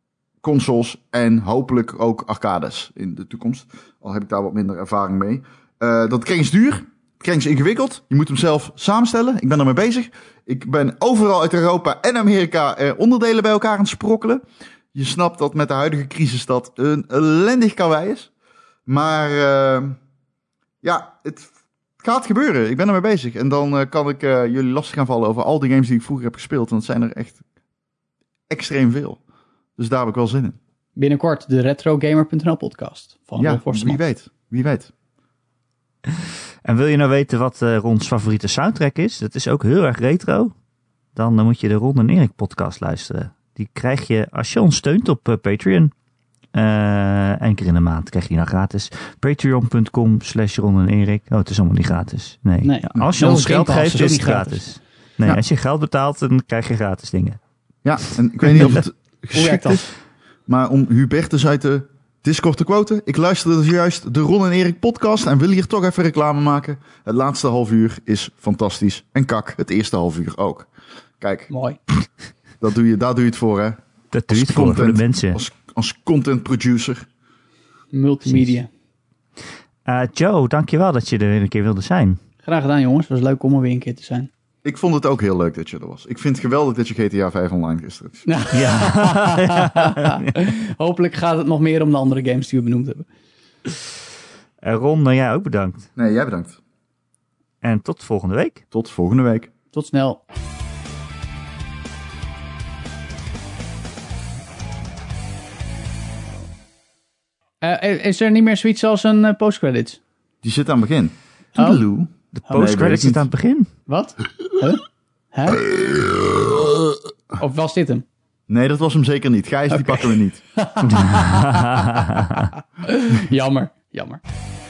consoles en hopelijk ook arcades in de toekomst. Al heb ik daar wat minder ervaring mee. Uh, dat kring is duur. Kring is ingewikkeld. Je moet hem zelf samenstellen. Ik ben ermee bezig. Ik ben overal uit Europa en Amerika uh, onderdelen bij elkaar aan het sprokkelen. Je snapt dat met de huidige crisis dat een ellendig karwei is. Maar uh, ja, het gaat gebeuren. Ik ben ermee bezig. En dan uh, kan ik uh, jullie lastig gaan vallen over al die games die ik vroeger heb gespeeld. Want het zijn er echt extreem veel. Dus daar heb ik wel zin in. Binnenkort de retrogamer punt n l podcast. Van ja, wie weet. Wie weet. En wil je nou weten wat uh, Rons favoriete soundtrack is? Dat is ook heel erg retro. Dan uh, moet je de Ron en Erik podcast luisteren. Die krijg je als je ons steunt op uh, Patreon. Uh, Eén keer in de maand krijg je die nou gratis. Patreon punt com slash Ron en Erik. Oh, het is allemaal niet gratis. Nee. nee. Ja, als je ons geld geeft, is het gratis. gratis. Nee, ja. Als je geld betaalt, dan krijg je gratis dingen. Ja, en ik weet niet of het geschikt is. Maar om Hubertus uit de Discord te quoten. Ik luisterde dus juist de Ron en Erik podcast en wil hier toch even reclame maken. Het laatste half uur is fantastisch. En kak, het eerste half uur ook. Kijk. Mooi. Dat doe je, daar doe je het voor, hè. Dat doe je het voor, voor de mensen. Als, als content producer. Multimedia. Uh, Joe, dankjewel dat je er weer een keer wilde zijn. Graag gedaan, jongens. Het was leuk om er weer een keer te zijn. Ik vond het ook heel leuk dat je er was. Ik vind het geweldig dat je G T A vijf online gisteren hebt. Ja. ja. Hopelijk gaat het nog meer om de andere games die we benoemd hebben. Uh, Ron, uh, jij ook bedankt. Nee, jij bedankt. En tot volgende week. Tot volgende week. Tot snel. Uh, is er niet meer zoiets als een uh, postcredits? Die zit aan het begin. Oh. De postcredits zit aan het begin. Wat? Huh? Huh? Of was dit hem? Nee, dat was hem zeker niet. Gijs, okay. Die pakken we niet. Jammer, jammer.